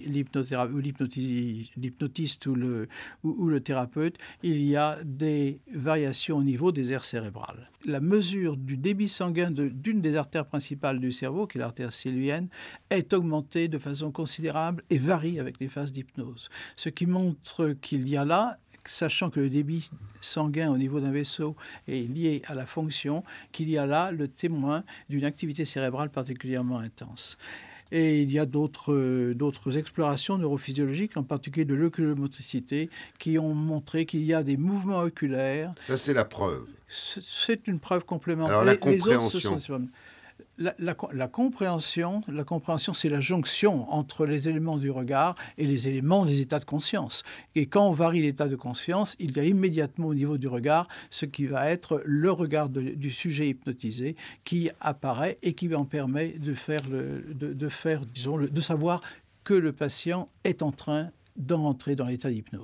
l'hypnotiste ou le, ou, ou le thérapeute, il y a des variations au niveau des aires cérébrales. La mesure du débit sanguin de, d'une des artères principales du cerveau, qui est l'artère sylvienne, est augmentée de façon considérable et varie avec les phases d'hypnose. Ce qui montre qu'il y a là, sachant que le débit sanguin au niveau d'un vaisseau est lié à la fonction, qu'il y a là le témoin d'une activité cérébrale particulièrement intense. Et il y a d'autres, euh, d'autres explorations neurophysiologiques, en particulier de l'oculomotricité, qui ont montré qu'il y a des mouvements oculaires. Ça, c'est la preuve. C'est, c'est une preuve complémentaire. Alors, la les, compréhension. les autres, sont... La, la, la, compréhension, la compréhension, c'est la jonction entre les éléments du regard et les éléments des états de conscience. Et quand on varie l'état de conscience, il y a immédiatement au niveau du regard ce qui va être le regard de, du sujet hypnotisé qui apparaît et qui en permet de faire, le, de, de, faire disons, le, de savoir que le patient est en train d'entrer dans l'état d'hypnose.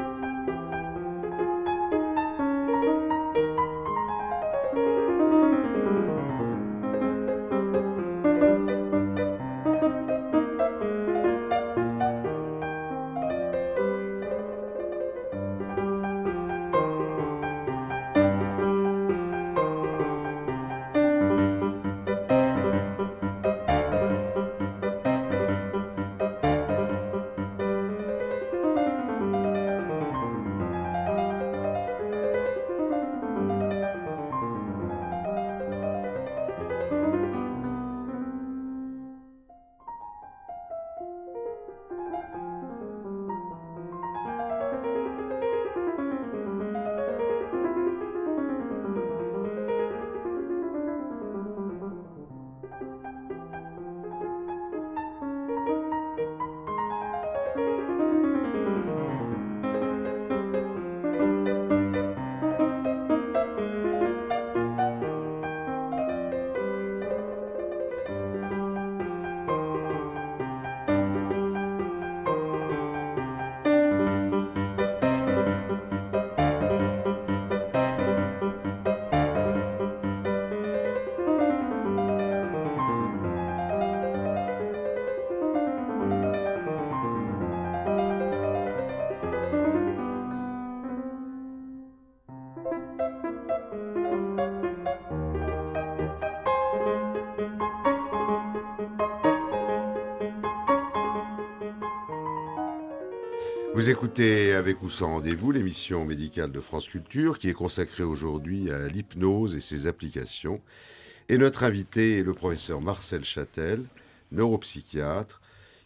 Vous écoutez Avec ou sans rendez-vous l'émission médicale de France Culture qui est consacrée aujourd'hui à l'hypnose et ses applications. Et notre invité est le professeur Marcel Chatel, neuropsychiatre,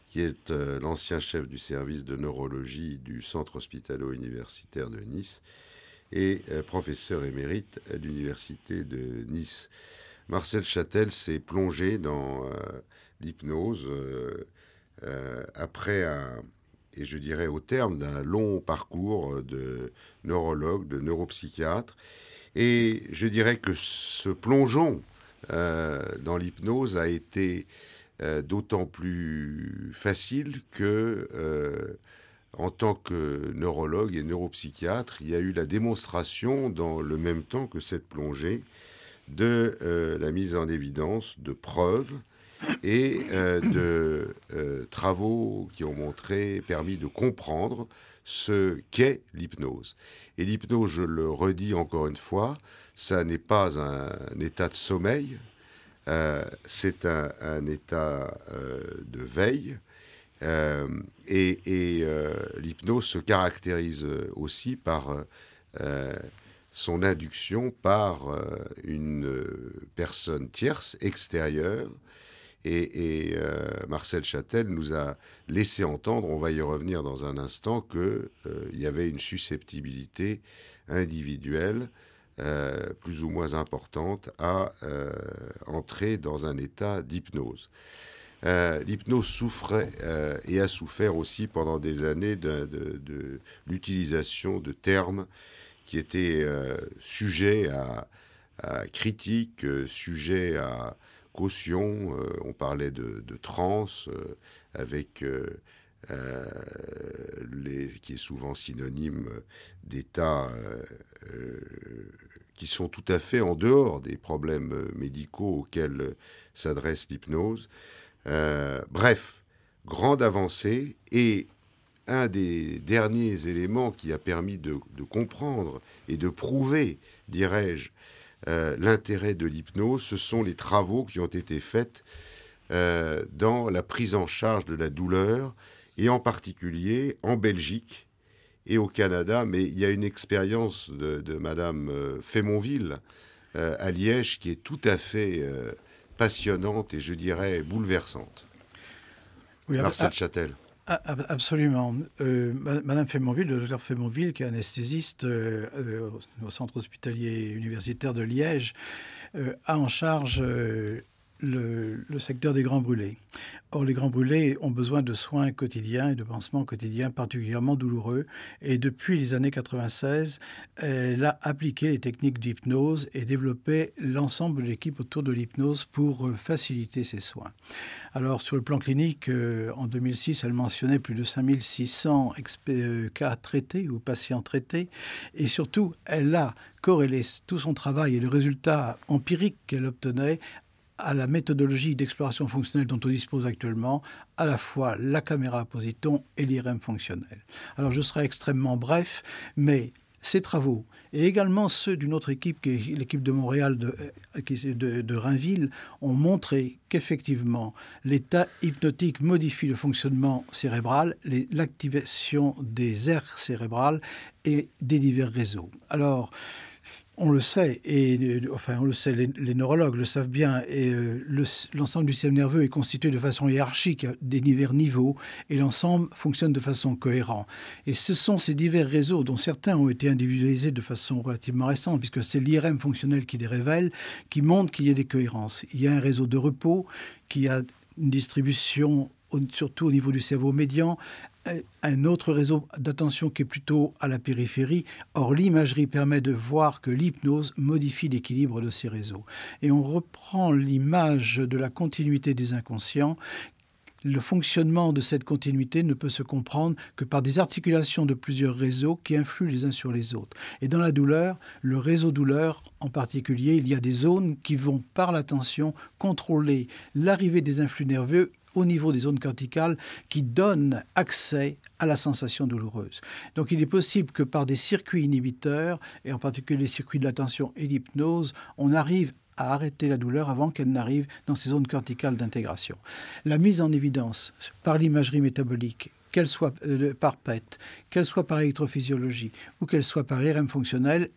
qui est euh, l'ancien chef du service de neurologie du Centre hospitalo-universitaire de Nice et euh, professeur émérite à l'Université de Nice. Marcel Chatel s'est plongé dans euh, l'hypnose euh, euh, après un, et je dirais au terme d'un long parcours de neurologue, de neuropsychiatre. Et je dirais que ce plongeon euh, dans l'hypnose a été euh, d'autant plus facile que, euh, en tant que neurologue et neuropsychiatre, il y a eu la démonstration dans le même temps que cette plongée de euh, la mise en évidence de preuves et euh, de euh, travaux qui ont montré, permis de comprendre ce qu'est l'hypnose. Et l'hypnose, je le redis encore une fois, ça n'est pas un, un état de sommeil, euh, c'est un, un état euh, de veille. Euh, et et euh, l'hypnose se caractérise aussi par euh, son induction par euh, une personne tierce, extérieure. Et, et euh, Marcel Chatel nous a laissé entendre, on va y revenir dans un instant, qu'il euh, y avait une susceptibilité individuelle euh, plus ou moins importante à euh, entrer dans un état d'hypnose. Euh, l'hypnose souffrait euh, et a souffert aussi pendant des années de, de, de l'utilisation de termes qui étaient euh, sujets à, à critique, euh, sujets à caution. Euh, on parlait de, de transe euh, avec euh, euh, les, qui est souvent synonyme d'états euh, euh, qui sont tout à fait en dehors des problèmes médicaux auxquels s'adresse l'hypnose. Euh, bref, grande avancée, et un des derniers éléments qui a permis de, de comprendre et de prouver, dirais-je, euh, l'intérêt de l'hypnose, ce sont les travaux qui ont été faits euh, dans la prise en charge de la douleur, et en particulier en Belgique et au Canada. Mais il y a une expérience de, de Madame euh, Fémonville euh, à Liège qui est tout à fait euh, passionnante et je dirais bouleversante. Oui, Marcel Chatel. Absolument. Euh, Madame Fémonville, le docteur Fémonville, qui est anesthésiste euh, euh, au centre hospitalier universitaire de Liège, euh, a en charge euh, le, le secteur des grands brûlés. Or, les grands brûlés ont besoin de soins quotidiens et de pansements quotidiens particulièrement douloureux. Et depuis les années quatre-vingt-seize, elle a appliqué les techniques d'hypnose et développé l'ensemble de l'équipe autour de l'hypnose pour faciliter ces soins. Alors, sur le plan clinique, euh, en deux mille six, elle mentionnait plus de cinq mille six cents expé- cas traités ou patients traités. Et surtout, elle a corrélé tout son travail et le résultat empirique qu'elle obtenait à la méthodologie d'exploration fonctionnelle dont on dispose actuellement, à la fois la caméra à positons et l'I R M fonctionnel. Alors je serai extrêmement bref, mais ces travaux, et également ceux d'une autre équipe, qui est l'équipe de Montréal, de, de, de Rainville, ont montré qu'effectivement, l'état hypnotique modifie le fonctionnement cérébral, les, l'activation des aires cérébrales et des divers réseaux. Alors, on le sait, et enfin on le sait, les, les neurologues le savent bien, et euh, le, l'ensemble du système nerveux est constitué de façon hiérarchique, à des divers niveaux, et l'ensemble fonctionne de façon cohérente. Et ce sont ces divers réseaux, dont certains ont été individualisés de façon relativement récente, puisque c'est l'I R M fonctionnel qui les révèle, qui montre qu'il y a des cohérences. Il y a un réseau de repos qui a une distribution, surtout au niveau du cerveau médian, un autre réseau d'attention qui est plutôt à la périphérie. Or, l'imagerie permet de voir que l'hypnose modifie l'équilibre de ces réseaux. Et on reprend l'image de la continuité des inconscients. Le fonctionnement de cette continuité ne peut se comprendre que par des articulations de plusieurs réseaux qui influent les uns sur les autres. Et dans la douleur, le réseau douleur en particulier, il y a des zones qui vont, par l'attention, contrôler l'arrivée des influx nerveux au niveau des zones corticales qui donnent accès à la sensation douloureuse. Donc il est possible que par des circuits inhibiteurs, et en particulier les circuits de l'attention et l'hypnose, on arrive à arrêter la douleur avant qu'elle n'arrive dans ces zones corticales d'intégration. La mise en évidence par l'imagerie métabolique, qu'elle soit euh, par P E T, qu'elle soit par électrophysiologie ou qu'elle soit par I R M fonctionnel,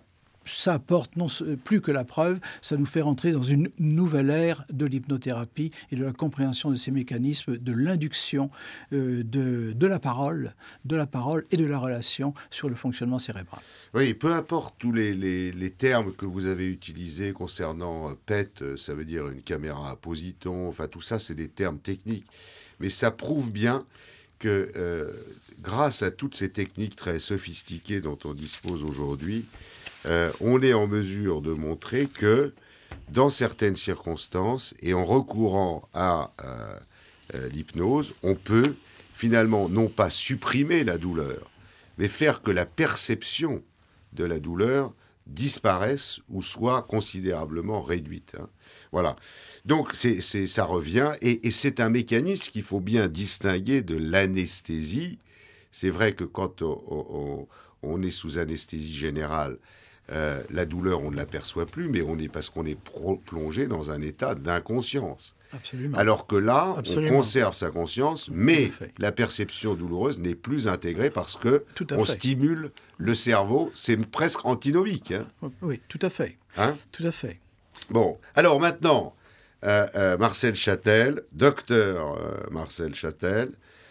ça apporte non, plus que la preuve, ça nous fait rentrer dans une nouvelle ère de l'hypnothérapie et de la compréhension de ces mécanismes, de l'induction euh, de, de la parole, de la parole et de la relation sur le fonctionnement cérébral. Oui, peu importe tous les, les, les termes que vous avez utilisés concernant euh, P E T, ça veut dire une caméra à positons, enfin tout ça c'est des termes techniques, mais ça prouve bien que euh, grâce à toutes ces techniques très sophistiquées dont on dispose aujourd'hui, Euh, on est en mesure de montrer que, dans certaines circonstances, et en recourant à euh, euh, l'hypnose, on peut finalement non pas supprimer la douleur, mais faire que la perception de la douleur disparaisse ou soit considérablement réduite. Hein. Voilà. Donc c'est, c'est, ça revient, et, et c'est un mécanisme qu'il faut bien distinguer de l'anesthésie. C'est vrai que quand on, on, on est sous anesthésie générale, Euh, la douleur, on ne l'aperçoit plus, mais on est parce qu'on est pro- plongé dans un état d'inconscience. Absolument. Alors que là, Absolument. on conserve sa conscience, mais la perception douloureuse n'est plus intégrée parce que on fait. stimule le cerveau. C'est presque antinomique. Hein. Oui, tout à fait. Hein? Tout à fait. Bon, alors maintenant, euh, euh, Marcel Chatel, docteur euh, Marcel Chatel,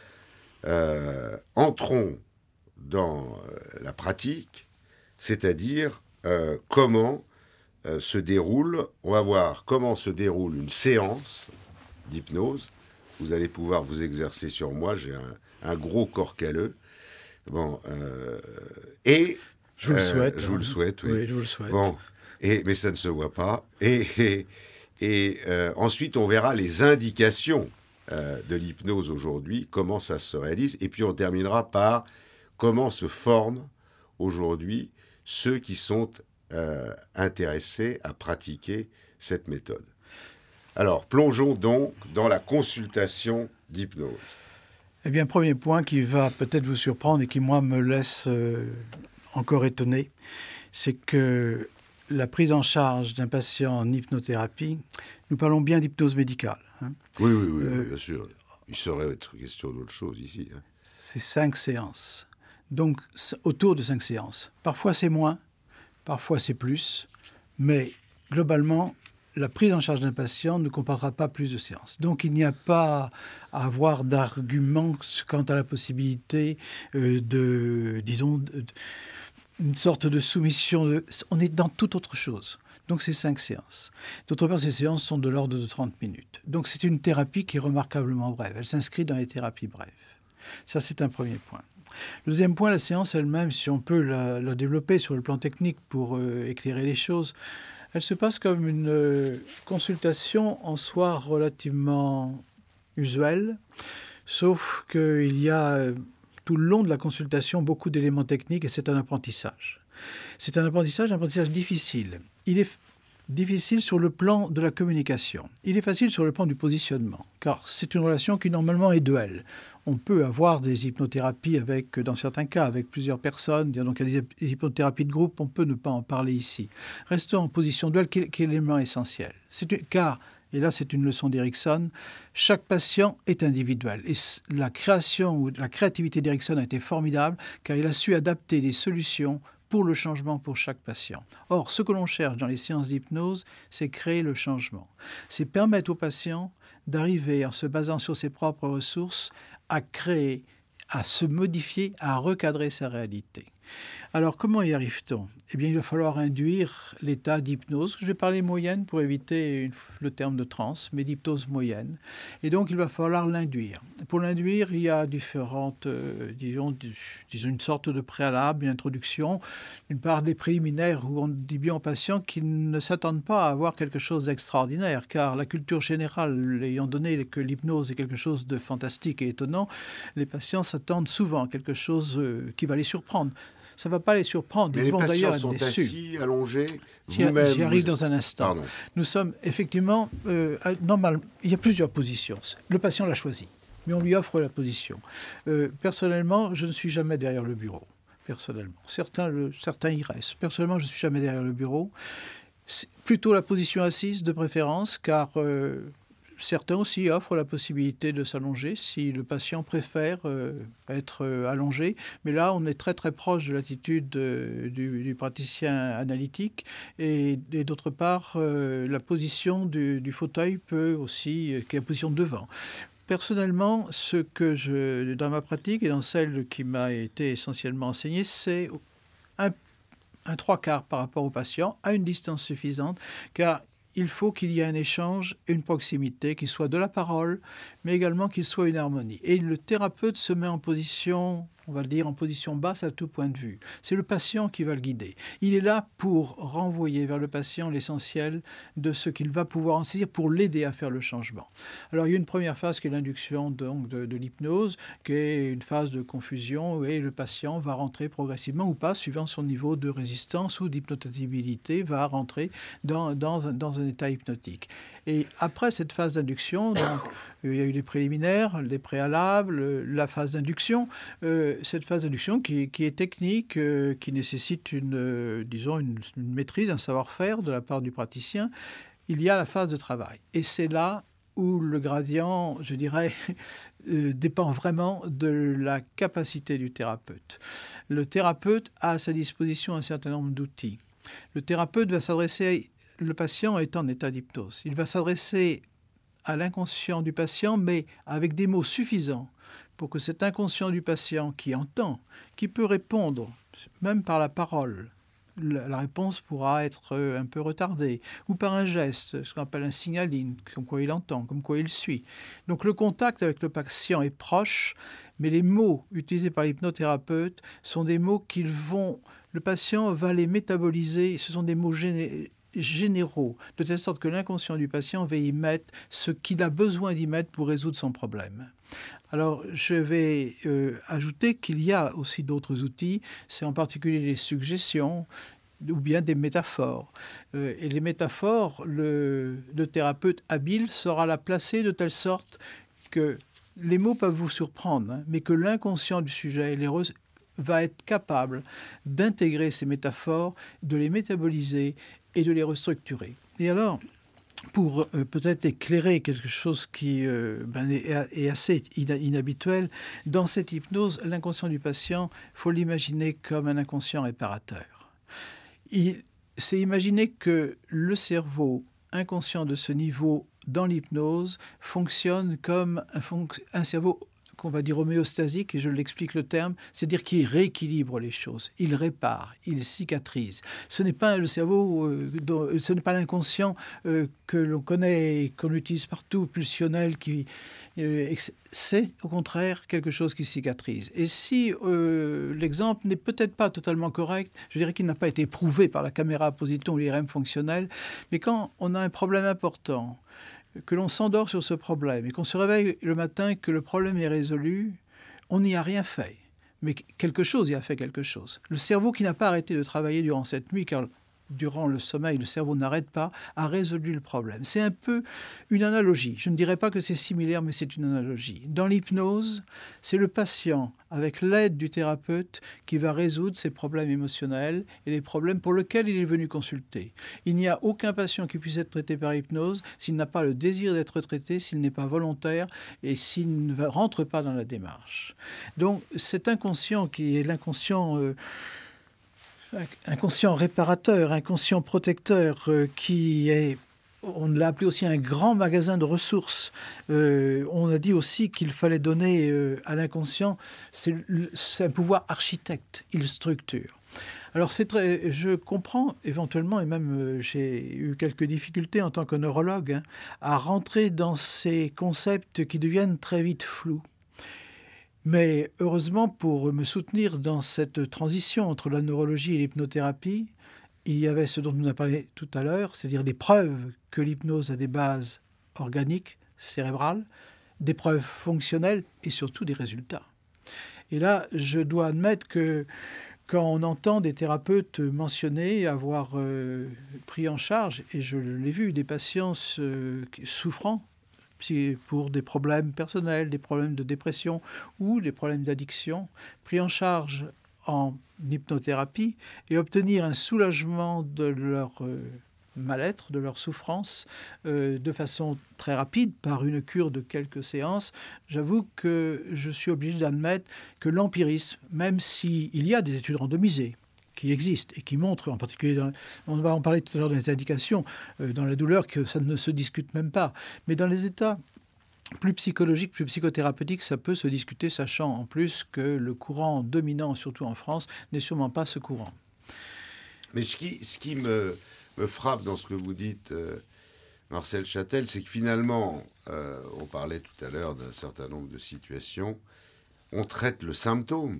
euh, entrons dans euh, la pratique. C'est-à-dire euh, comment euh, se déroule, on va voir comment se déroule une séance d'hypnose. Vous allez pouvoir vous exercer sur moi, j'ai un, un gros corps calleux. Bon, euh, et... Je vous le euh, souhaite. Je vous hein. le souhaite, oui. Oui, je vous le souhaite. Bon, et, mais ça ne se voit pas. Et, et, et euh, ensuite, on verra les indications euh, de l'hypnose aujourd'hui, comment ça se réalise. Et puis, on terminera par comment se forment aujourd'hui ceux qui sont euh, intéressés à pratiquer cette méthode. Alors, plongeons donc dans la consultation d'hypnose. Eh bien, premier point qui va peut-être vous surprendre et qui, moi, me laisse euh, encore étonné, c'est que la prise en charge d'un patient en hypnothérapie, nous parlons bien d'hypnose médicale. Hein. Oui, oui, oui, euh, bien sûr. Il saurait être question d'autre chose ici. Hein. C'est cinq séances. Donc, autour de cinq séances. Parfois, c'est moins, parfois, c'est plus. Mais, globalement, la prise en charge d'un patient ne comportera pas plus de séances. Donc, il n'y a pas à avoir d'argument quant à la possibilité euh, de, disons, de, de, une sorte de soumission. De... On est dans toute autre chose. Donc, c'est cinq séances. D'autre part, ces séances sont de l'ordre de trente minutes. Donc, c'est une thérapie qui est remarquablement brève. Elle s'inscrit dans les thérapies brèves. Ça, c'est un premier point. Le deuxième point, la séance elle-même, si on peut la, la développer sur le plan technique pour euh, éclairer les choses, elle se passe comme une euh, consultation en soi relativement usuelle, sauf qu'il y a euh, tout le long de la consultation beaucoup d'éléments techniques et c'est un apprentissage. C'est un apprentissage, un apprentissage difficile. Il est difficile sur le plan de la communication. Il est facile sur le plan du positionnement, car c'est une relation qui normalement est duelle. On peut avoir des hypnothérapies avec, dans certains cas, avec plusieurs personnes. Donc il y a des hypnothérapies de groupe, on peut ne pas en parler ici. Restons en position duelle, qui est, qui est l'élément essentiel. C'est une, car, et là c'est une leçon d'Erickson, chaque patient est individuel. Et la création ou la créativité d'Erickson a été formidable, car il a su adapter des solutions pour le changement pour chaque patient. Or, ce que l'on cherche dans les séances d'hypnose, c'est créer le changement. C'est permettre au patient d'arriver, en se basant sur ses propres ressources, à créer, à se modifier, à recadrer sa réalité. Alors, comment y arrive-t-on ? Eh bien, il va falloir induire l'état d'hypnose. Je vais parler moyenne pour éviter une, le terme de transe, mais d'hypnose moyenne. Et donc, il va falloir l'induire. Pour l'induire, il y a différentes, euh, disons, disons, une sorte de préalable, une introduction. D'une part, des préliminaires où on dit bien aux patients qu'ils ne s'attendent pas à avoir quelque chose d'extraordinaire, car la culture générale ayant donné que l'hypnose est quelque chose de fantastique et étonnant, les patients s'attendent souvent à quelque chose euh, qui va les surprendre. Ça ne va pas les surprendre. Mais Ils les vont d'ailleurs patients être sont déçus. assis, allongés, J'y vous-même... j'y arrive vous... dans un instant. Pardon. Nous sommes effectivement... Euh, normal, il y a plusieurs positions. Le patient l'a choisi, mais on lui offre la position. Euh, personnellement, je ne suis jamais derrière le bureau. Personnellement. Certains, le, certains y restent. Personnellement, je ne suis jamais derrière le bureau. C'est plutôt la position assise, de préférence, car... Euh, certains aussi offrent la possibilité de s'allonger si le patient préfère euh, être euh, allongé. Mais là, on est très très proche de l'attitude euh, du, du praticien analytique. Et, et d'autre part, euh, la position du, du fauteuil peut aussi, euh, qui est la position devant. Personnellement, ce que je, dans ma pratique et dans celle qui m'a été essentiellement enseignée, c'est un, un trois quarts par rapport au patient, à une distance suffisante, car il faut qu'il y ait un échange, une proximité, qu'il soit de la parole, mais également qu'il soit une harmonie. Et le thérapeute se met en position, on va le dire, en position basse à tout point de vue. C'est le patient qui va le guider. Il est là pour renvoyer vers le patient l'essentiel de ce qu'il va pouvoir en saisir pour l'aider à faire le changement. Alors il y a une première phase qui est l'induction donc, de, de l'hypnose, qui est une phase de confusion et le patient va rentrer progressivement ou pas, suivant son niveau de résistance ou d'hypnotisabilité, va rentrer dans, dans, dans un état hypnotique. Et après cette phase d'induction, donc, il y a eu les préliminaires, les préalables, la phase d'induction. Euh, cette phase d'induction qui, qui est technique, euh, qui nécessite une, euh, disons une, une maîtrise, un savoir-faire de la part du praticien. Il y a la phase de travail. Et c'est là où le gradient, je dirais, euh, dépend vraiment de la capacité du thérapeute. Le thérapeute a à sa disposition un certain nombre d'outils. Le thérapeute va s'adresser, le patient est en état d'hypnose. Il va s'adresser à l'inconscient du patient, mais avec des mots suffisants pour que cet inconscient du patient qui entend, qui peut répondre, même par la parole, la réponse pourra être un peu retardée, ou par un geste, ce qu'on appelle un signaling, comme quoi il entend, comme quoi il suit. Donc le contact avec le patient est proche, mais les mots utilisés par l'hypnothérapeute sont des mots qu'ils vont, le patient va les métaboliser, ce sont des mots généraux, généraux, de telle sorte que l'inconscient du patient va y mettre ce qu'il a besoin d'y mettre pour résoudre son problème. Alors, je vais euh, ajouter qu'il y a aussi d'autres outils, c'est en particulier les suggestions ou bien des métaphores. Euh, et les métaphores, le, le thérapeute habile saura la placer de telle sorte que les mots peuvent vous surprendre, hein, mais que l'inconscient du sujet les re- va être capable d'intégrer ces métaphores, de les métaboliser et de les restructurer. Et alors, pour euh, peut-être éclairer quelque chose qui euh, ben, est, est assez inhabituel, dans cette hypnose, l'inconscient du patient, il faut l'imaginer comme un inconscient réparateur. Il, c'est imaginer que le cerveau inconscient de ce niveau dans l'hypnose fonctionne comme un, fonc- un cerveau qu'on va dire homéostasique, et je l'explique le terme, c'est-à-dire qu'il rééquilibre les choses, il répare, il cicatrise. Ce n'est pas le cerveau, euh, dont, ce n'est pas l'inconscient euh, que l'on connaît et qu'on utilise partout, pulsionnel, qui, euh, c'est au contraire quelque chose qui cicatrise. Et si euh, l'exemple n'est peut-être pas totalement correct, je dirais qu'il n'a pas été prouvé par la caméra Positon ou l'I R M fonctionnel, mais quand on a un problème important, que l'on s'endort sur ce problème et qu'on se réveille le matin et que le problème est résolu, on n'y a rien fait. Mais quelque chose y a fait quelque chose. Le cerveau qui n'a pas arrêté de travailler durant cette nuit, car durant le sommeil, le cerveau n'arrête pas, a résolu le problème. C'est un peu une analogie. Je ne dirais pas que c'est similaire, mais c'est une analogie. Dans l'hypnose, c'est le patient, avec l'aide du thérapeute, qui va résoudre ses problèmes émotionnels et les problèmes pour lesquels il est venu consulter. Il n'y a aucun patient qui puisse être traité par hypnose s'il n'a pas le désir d'être traité, s'il n'est pas volontaire et s'il ne rentre pas dans la démarche. Donc cet inconscient qui est l'inconscient... Euh, inconscient réparateur, inconscient protecteur, euh, qui est, on l'a appelé aussi un grand magasin de ressources. Euh, on a dit aussi qu'il fallait donner euh, à l'inconscient, c'est, c'est un pouvoir architecte, il structure. Alors c'est très, je comprends éventuellement, et même euh, j'ai eu quelques difficultés en tant que neurologue, hein, à rentrer dans ces concepts qui deviennent très vite flous. Mais heureusement, pour me soutenir dans cette transition entre la neurologie et l'hypnothérapie, il y avait ce dont nous avons parlé tout à l'heure, c'est-à-dire des preuves que l'hypnose a des bases organiques, cérébrales, des preuves fonctionnelles et surtout des résultats. Et là, je dois admettre que quand on entend des thérapeutes mentionner avoir euh, pris en charge, et je l'ai vu, des patients euh, souffrant, pour des problèmes personnels, des problèmes de dépression ou des problèmes d'addiction, pris en charge en hypnothérapie et obtenir un soulagement de leur euh, mal-être, de leur souffrance, euh, de façon très rapide, par une cure de quelques séances, j'avoue que je suis obligé d'admettre que l'empirisme, même s'il y a des études randomisées, qui existent et qui montrent, en particulier, dans, on va en parler tout à l'heure dans les indications, euh, dans la douleur, que ça ne se discute même pas. Mais dans les états plus psychologiques, plus psychothérapeutiques, ça peut se discuter, sachant en plus que le courant dominant, surtout en France, n'est sûrement pas ce courant. Mais ce qui, ce qui me, me frappe dans ce que vous dites, euh, Marcel Chatel, c'est que finalement, euh, on parlait tout à l'heure d'un certain nombre de situations, on traite le symptôme.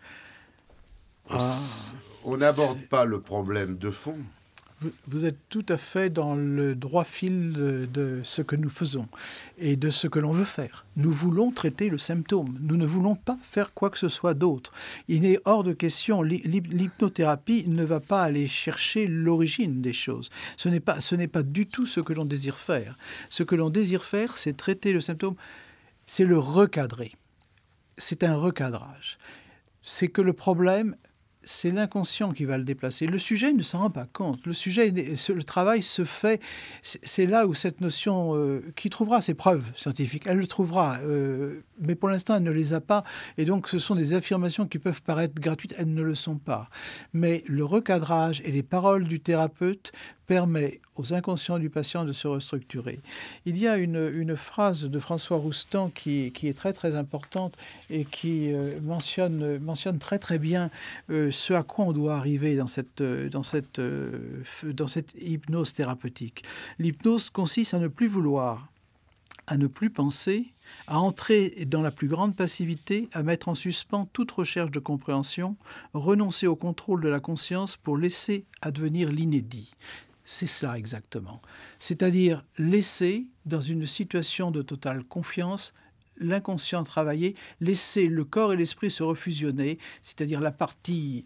On n'aborde ah, pas le problème de fond. Vous, vous êtes tout à fait dans le droit fil de, de ce que nous faisons et de ce que l'on veut faire. Nous voulons traiter le symptôme. Nous ne voulons pas faire quoi que ce soit d'autre. Il est hors de question. L'hypnothérapie ne va pas aller chercher l'origine des choses. Ce n'est pas, ce n'est pas du tout ce que l'on désire faire. Ce que l'on désire faire, c'est traiter le symptôme, c'est le recadrer. C'est un recadrage. C'est que le problème, c'est l'inconscient qui va le déplacer. Le sujet ne s'en rend pas compte. Le sujet, le travail se fait. C'est là où cette notion, euh, qui trouvera ses preuves scientifiques, elle le trouvera, euh, mais pour l'instant, elle ne les a pas. Et donc, ce sont des affirmations qui peuvent paraître gratuites, elles ne le sont pas. Mais le recadrage et les paroles du thérapeute permet aux inconscients du patient de se restructurer. Il y a une, une phrase de François Roustan qui, qui est très très importante et qui euh, mentionne, mentionne très très bien euh, ce à quoi on doit arriver dans cette, dans cette, euh, dans cette hypnose thérapeutique. L'hypnose consiste à ne plus vouloir, à ne plus penser, à entrer dans la plus grande passivité, à mettre en suspens toute recherche de compréhension, renoncer au contrôle de la conscience pour laisser advenir l'inédit. C'est cela exactement. C'est-à-dire laisser, dans une situation de totale confiance, l'inconscient travailler, laisser le corps et l'esprit se refusionner, c'est-à-dire la partie,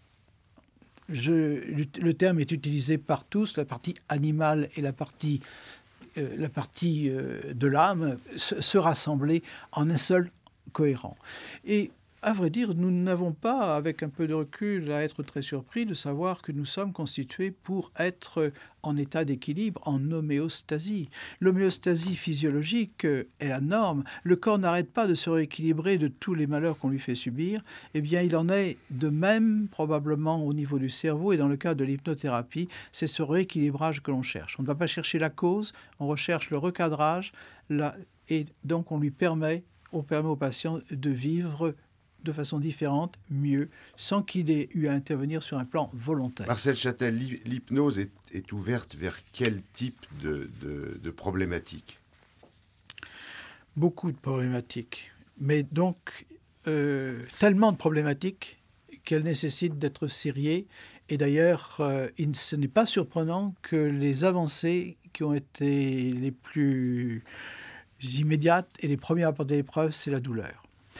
je, le terme est utilisé par tous, la partie animale et la partie, euh, la partie euh, de l'âme, se, se rassembler en un seul cohérent. Et à vrai dire, nous n'avons pas, avec un peu de recul, à être très surpris de savoir que nous sommes constitués pour être en état d'équilibre, en homéostasie. L'homéostasie physiologique est la norme. Le corps n'arrête pas de se rééquilibrer de tous les malheurs qu'on lui fait subir. Eh bien, il en est de même, probablement, au niveau du cerveau. Et dans le cas de l'hypnothérapie, c'est ce rééquilibrage que l'on cherche. On ne va pas chercher la cause, on recherche le recadrage. La... Et donc, on lui permet, on permet au patient de vivre de façon différente, mieux, sans qu'il ait eu à intervenir sur un plan volontaire. Marcel Chatel, l'hypnose est, est ouverte vers quel type de, de, de problématiques ? Beaucoup de problématiques, mais donc euh, tellement de problématiques qu'elles nécessitent d'être sériées. Et d'ailleurs, euh, il, ce n'est pas surprenant que les avancées qui ont été les plus immédiates et les premières à apporter l'épreuve, c'est la douleur.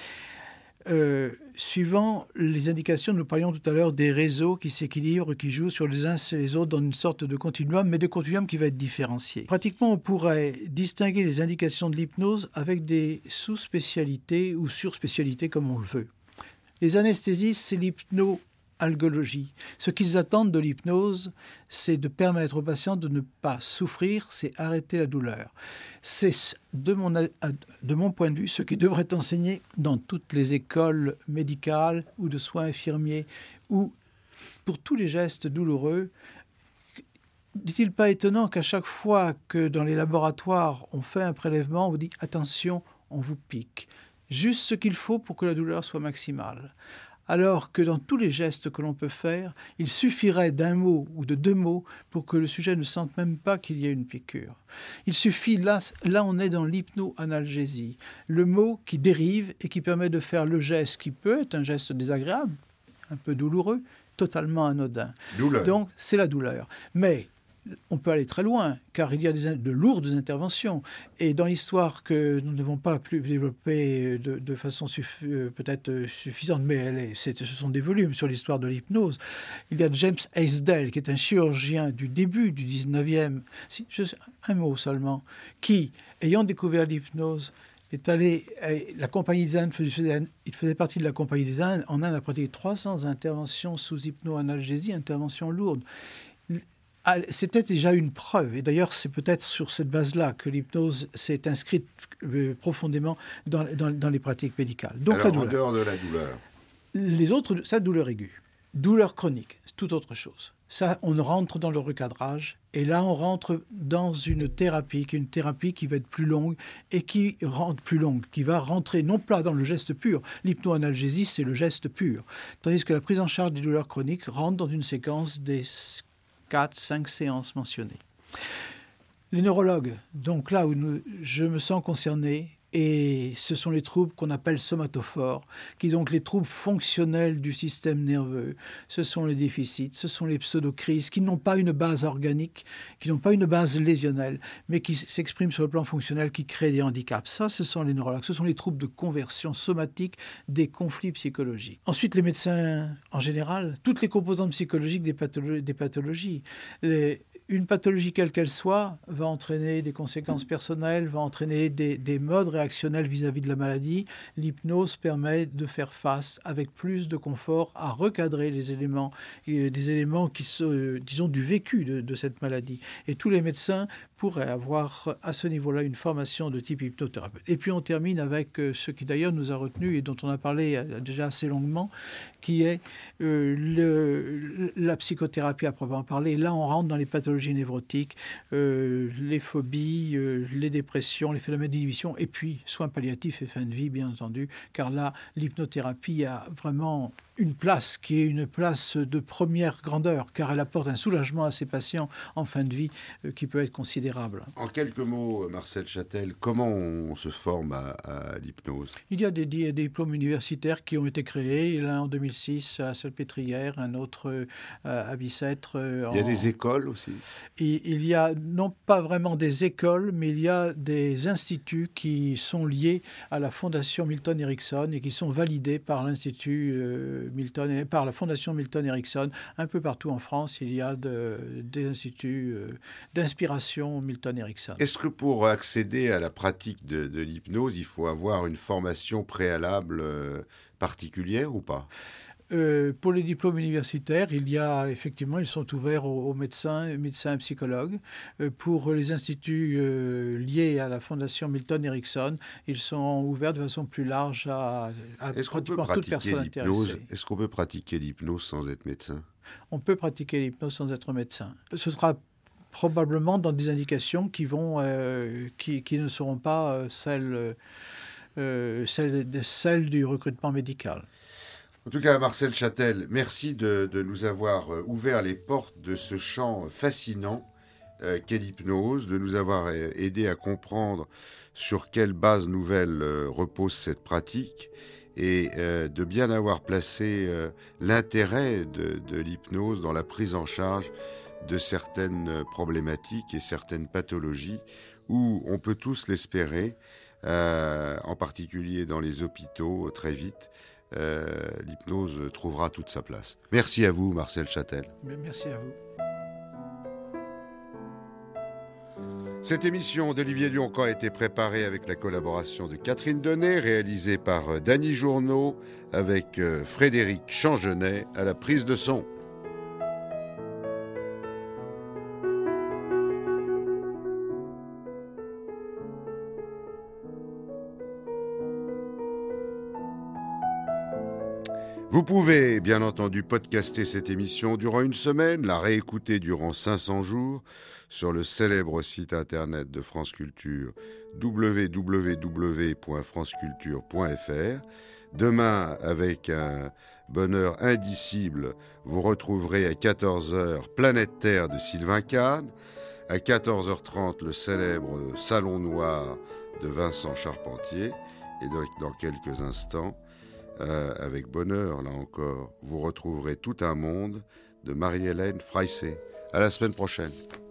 Euh, suivant les indications, nous parlions tout à l'heure des réseaux qui s'équilibrent, qui jouent sur les uns et les autres dans une sorte de continuum, mais de continuum qui va être différencié. Pratiquement, on pourrait distinguer les indications de l'hypnose avec des sous-spécialités ou sur-spécialités, comme on le veut. Les anesthésistes, c'est l'hypno-algologie. Ce qu'ils attendent de l'hypnose, c'est de permettre aux patients de ne pas souffrir, c'est arrêter la douleur. C'est, de mon, de mon point de vue, ce qui devrait enseigner dans toutes les écoles médicales ou de soins infirmiers, ou pour tous les gestes douloureux. N'est-il pas étonnant qu'à chaque fois que dans les laboratoires, on fait un prélèvement, on vous dit « attention, on vous pique ». Juste ce qu'il faut pour que la douleur soit maximale. Alors que dans tous les gestes que l'on peut faire, il suffirait d'un mot ou de deux mots pour que le sujet ne sente même pas qu'il y a une piqûre. Il suffit, là, là on est dans l'hypno-analgésie, le mot qui dérive et qui permet de faire le geste qui peut être un geste désagréable, un peu douloureux, totalement anodin. Douleur. Donc c'est la douleur. Mais on peut aller très loin, car il y a des, de lourdes interventions. Et dans l'histoire que nous ne devons pas plus développer de, de façon suffi, euh, peut-être suffisante, mais elle est, c'est, ce sont des volumes sur l'histoire de l'hypnose, il y a James Aisdell, qui est un chirurgien du début du dix-neuvième, si, je, un mot seulement, qui, ayant découvert l'hypnose, est allé, la Compagnie des Indes, faisait, il faisait partie de la Compagnie des Indes, en Inde a pratiqué trois cents interventions sous hypno-analgésie, interventions lourdes. Ah, c'était déjà une preuve. Et d'ailleurs, c'est peut-être sur cette base-là que l'hypnose s'est inscrite euh, profondément dans, dans, dans les pratiques médicales. Donc, Alors, la douleur. en dehors de la douleur. Les autres, ça, douleur aiguë. Douleur chronique, c'est tout autre chose. Ça, on rentre dans le recadrage. Et là, on rentre dans une thérapie, qui est une thérapie qui va être plus longue et qui rentre plus longue, qui va rentrer non pas dans le geste pur. L'hypnoanalgésie, c'est le geste pur. Tandis que la prise en charge des douleurs chroniques rentre dans une séquence des quatre cinq séances mentionnées. Les neurologues, donc là où nous, je me sens concerné, et ce sont les troubles qu'on appelle somatophores, qui sont donc les troubles fonctionnels du système nerveux. Ce sont les déficits, ce sont les pseudocrises qui n'ont pas une base organique, qui n'ont pas une base lésionnelle, mais qui s'expriment sur le plan fonctionnel, qui créent des handicaps. Ça, ce sont les neurologues, ce sont les troubles de conversion somatique des conflits psychologiques. Ensuite, les médecins en général, toutes les composantes psychologiques des, patholo- des pathologies. Les, Une pathologie quelle qu'elle soit va entraîner des conséquences personnelles, va entraîner des, des modes réactionnels vis-à-vis de la maladie. L'hypnose permet de faire face avec plus de confort à recadrer les éléments, euh, des éléments qui sont, euh, disons, du vécu de, de cette maladie. Et tous les médecins pourraient avoir à ce niveau-là une formation de type hypnothérapeute. Et puis on termine avec euh, ce qui d'ailleurs nous a retenu et dont on a parlé euh, déjà assez longuement, qui est euh, le, la psychothérapie à proprement parler. Là, on rentre dans les pathologies névrotiques, euh, les phobies, euh, les dépressions, les phénomènes d'inhibition, et puis soins palliatifs et fin de vie, bien entendu, car là, l'hypnothérapie a vraiment une place qui est une place de première grandeur, car elle apporte un soulagement à ses patients en fin de vie euh, qui peut être considérable. En quelques mots, Marcel Châtel, comment on se forme à, à l'hypnose ? Il y a des, des, des diplômes universitaires qui ont été créés, l'un en deux mille six à la Salpêtrière, un autre euh, à Bicêtre. Euh, il y a en... des écoles aussi ? Et il y a non pas vraiment des écoles, mais il y a des instituts qui sont liés à la Fondation Milton Erickson et qui sont validés par l'Institut euh, Milton et par la Fondation Milton Erickson. Un peu partout en France, il y a de, des instituts euh, d'inspiration Milton Erickson. Est-ce que pour accéder à la pratique de, de l'hypnose, il faut avoir une formation préalable euh, particulière ou pas ? Euh, pour les diplômes universitaires, il y a effectivement, ils sont ouverts aux, aux médecins, médecins et psychologues. Euh, pour les instituts euh, liés à la Fondation Milton Erickson, ils sont ouverts de façon plus large à, à Est-ce pratiquement toute personne intéressée. Est-ce qu'on peut pratiquer l'hypnose sans être médecin ? On peut pratiquer l'hypnose sans être médecin. Ce sera probablement dans des indications qui, vont, euh, qui, qui ne seront pas euh, celles, euh, celles, celles du recrutement médical. En tout cas, Marcel Châtel, merci de, de nous avoir ouvert les portes de ce champ fascinant euh, qu'est l'hypnose, de nous avoir aidé à comprendre sur quelle base nouvelle euh, repose cette pratique et euh, de bien avoir placé euh, l'intérêt de, de l'hypnose dans la prise en charge de certaines problématiques et certaines pathologies où on peut tous l'espérer, euh, en particulier dans les hôpitaux très vite, Euh, l'hypnose trouvera toute sa place. Merci à vous, Marcel Châtel. Merci à vous. Cette émission d'Olivier Lioncan a été préparée avec la collaboration de Catherine Donnet, réalisée par Dany Journeau, avec Frédéric Changenet à la prise de son. Vous pouvez, bien entendu, podcaster cette émission durant une semaine, la réécouter durant cinq cents jours sur le célèbre site internet de France Culture, w w w point france culture point f r. Demain, avec un bonheur indicible, vous retrouverez à quatorze heures Planète Terre de Sylvain Kahn, à quatorze heures trente le célèbre Salon Noir de Vincent Charpentier, et donc dans quelques instants, Euh, avec bonheur, là encore, vous retrouverez Tout un monde de Marie-Hélène Freissé. À la semaine prochaine.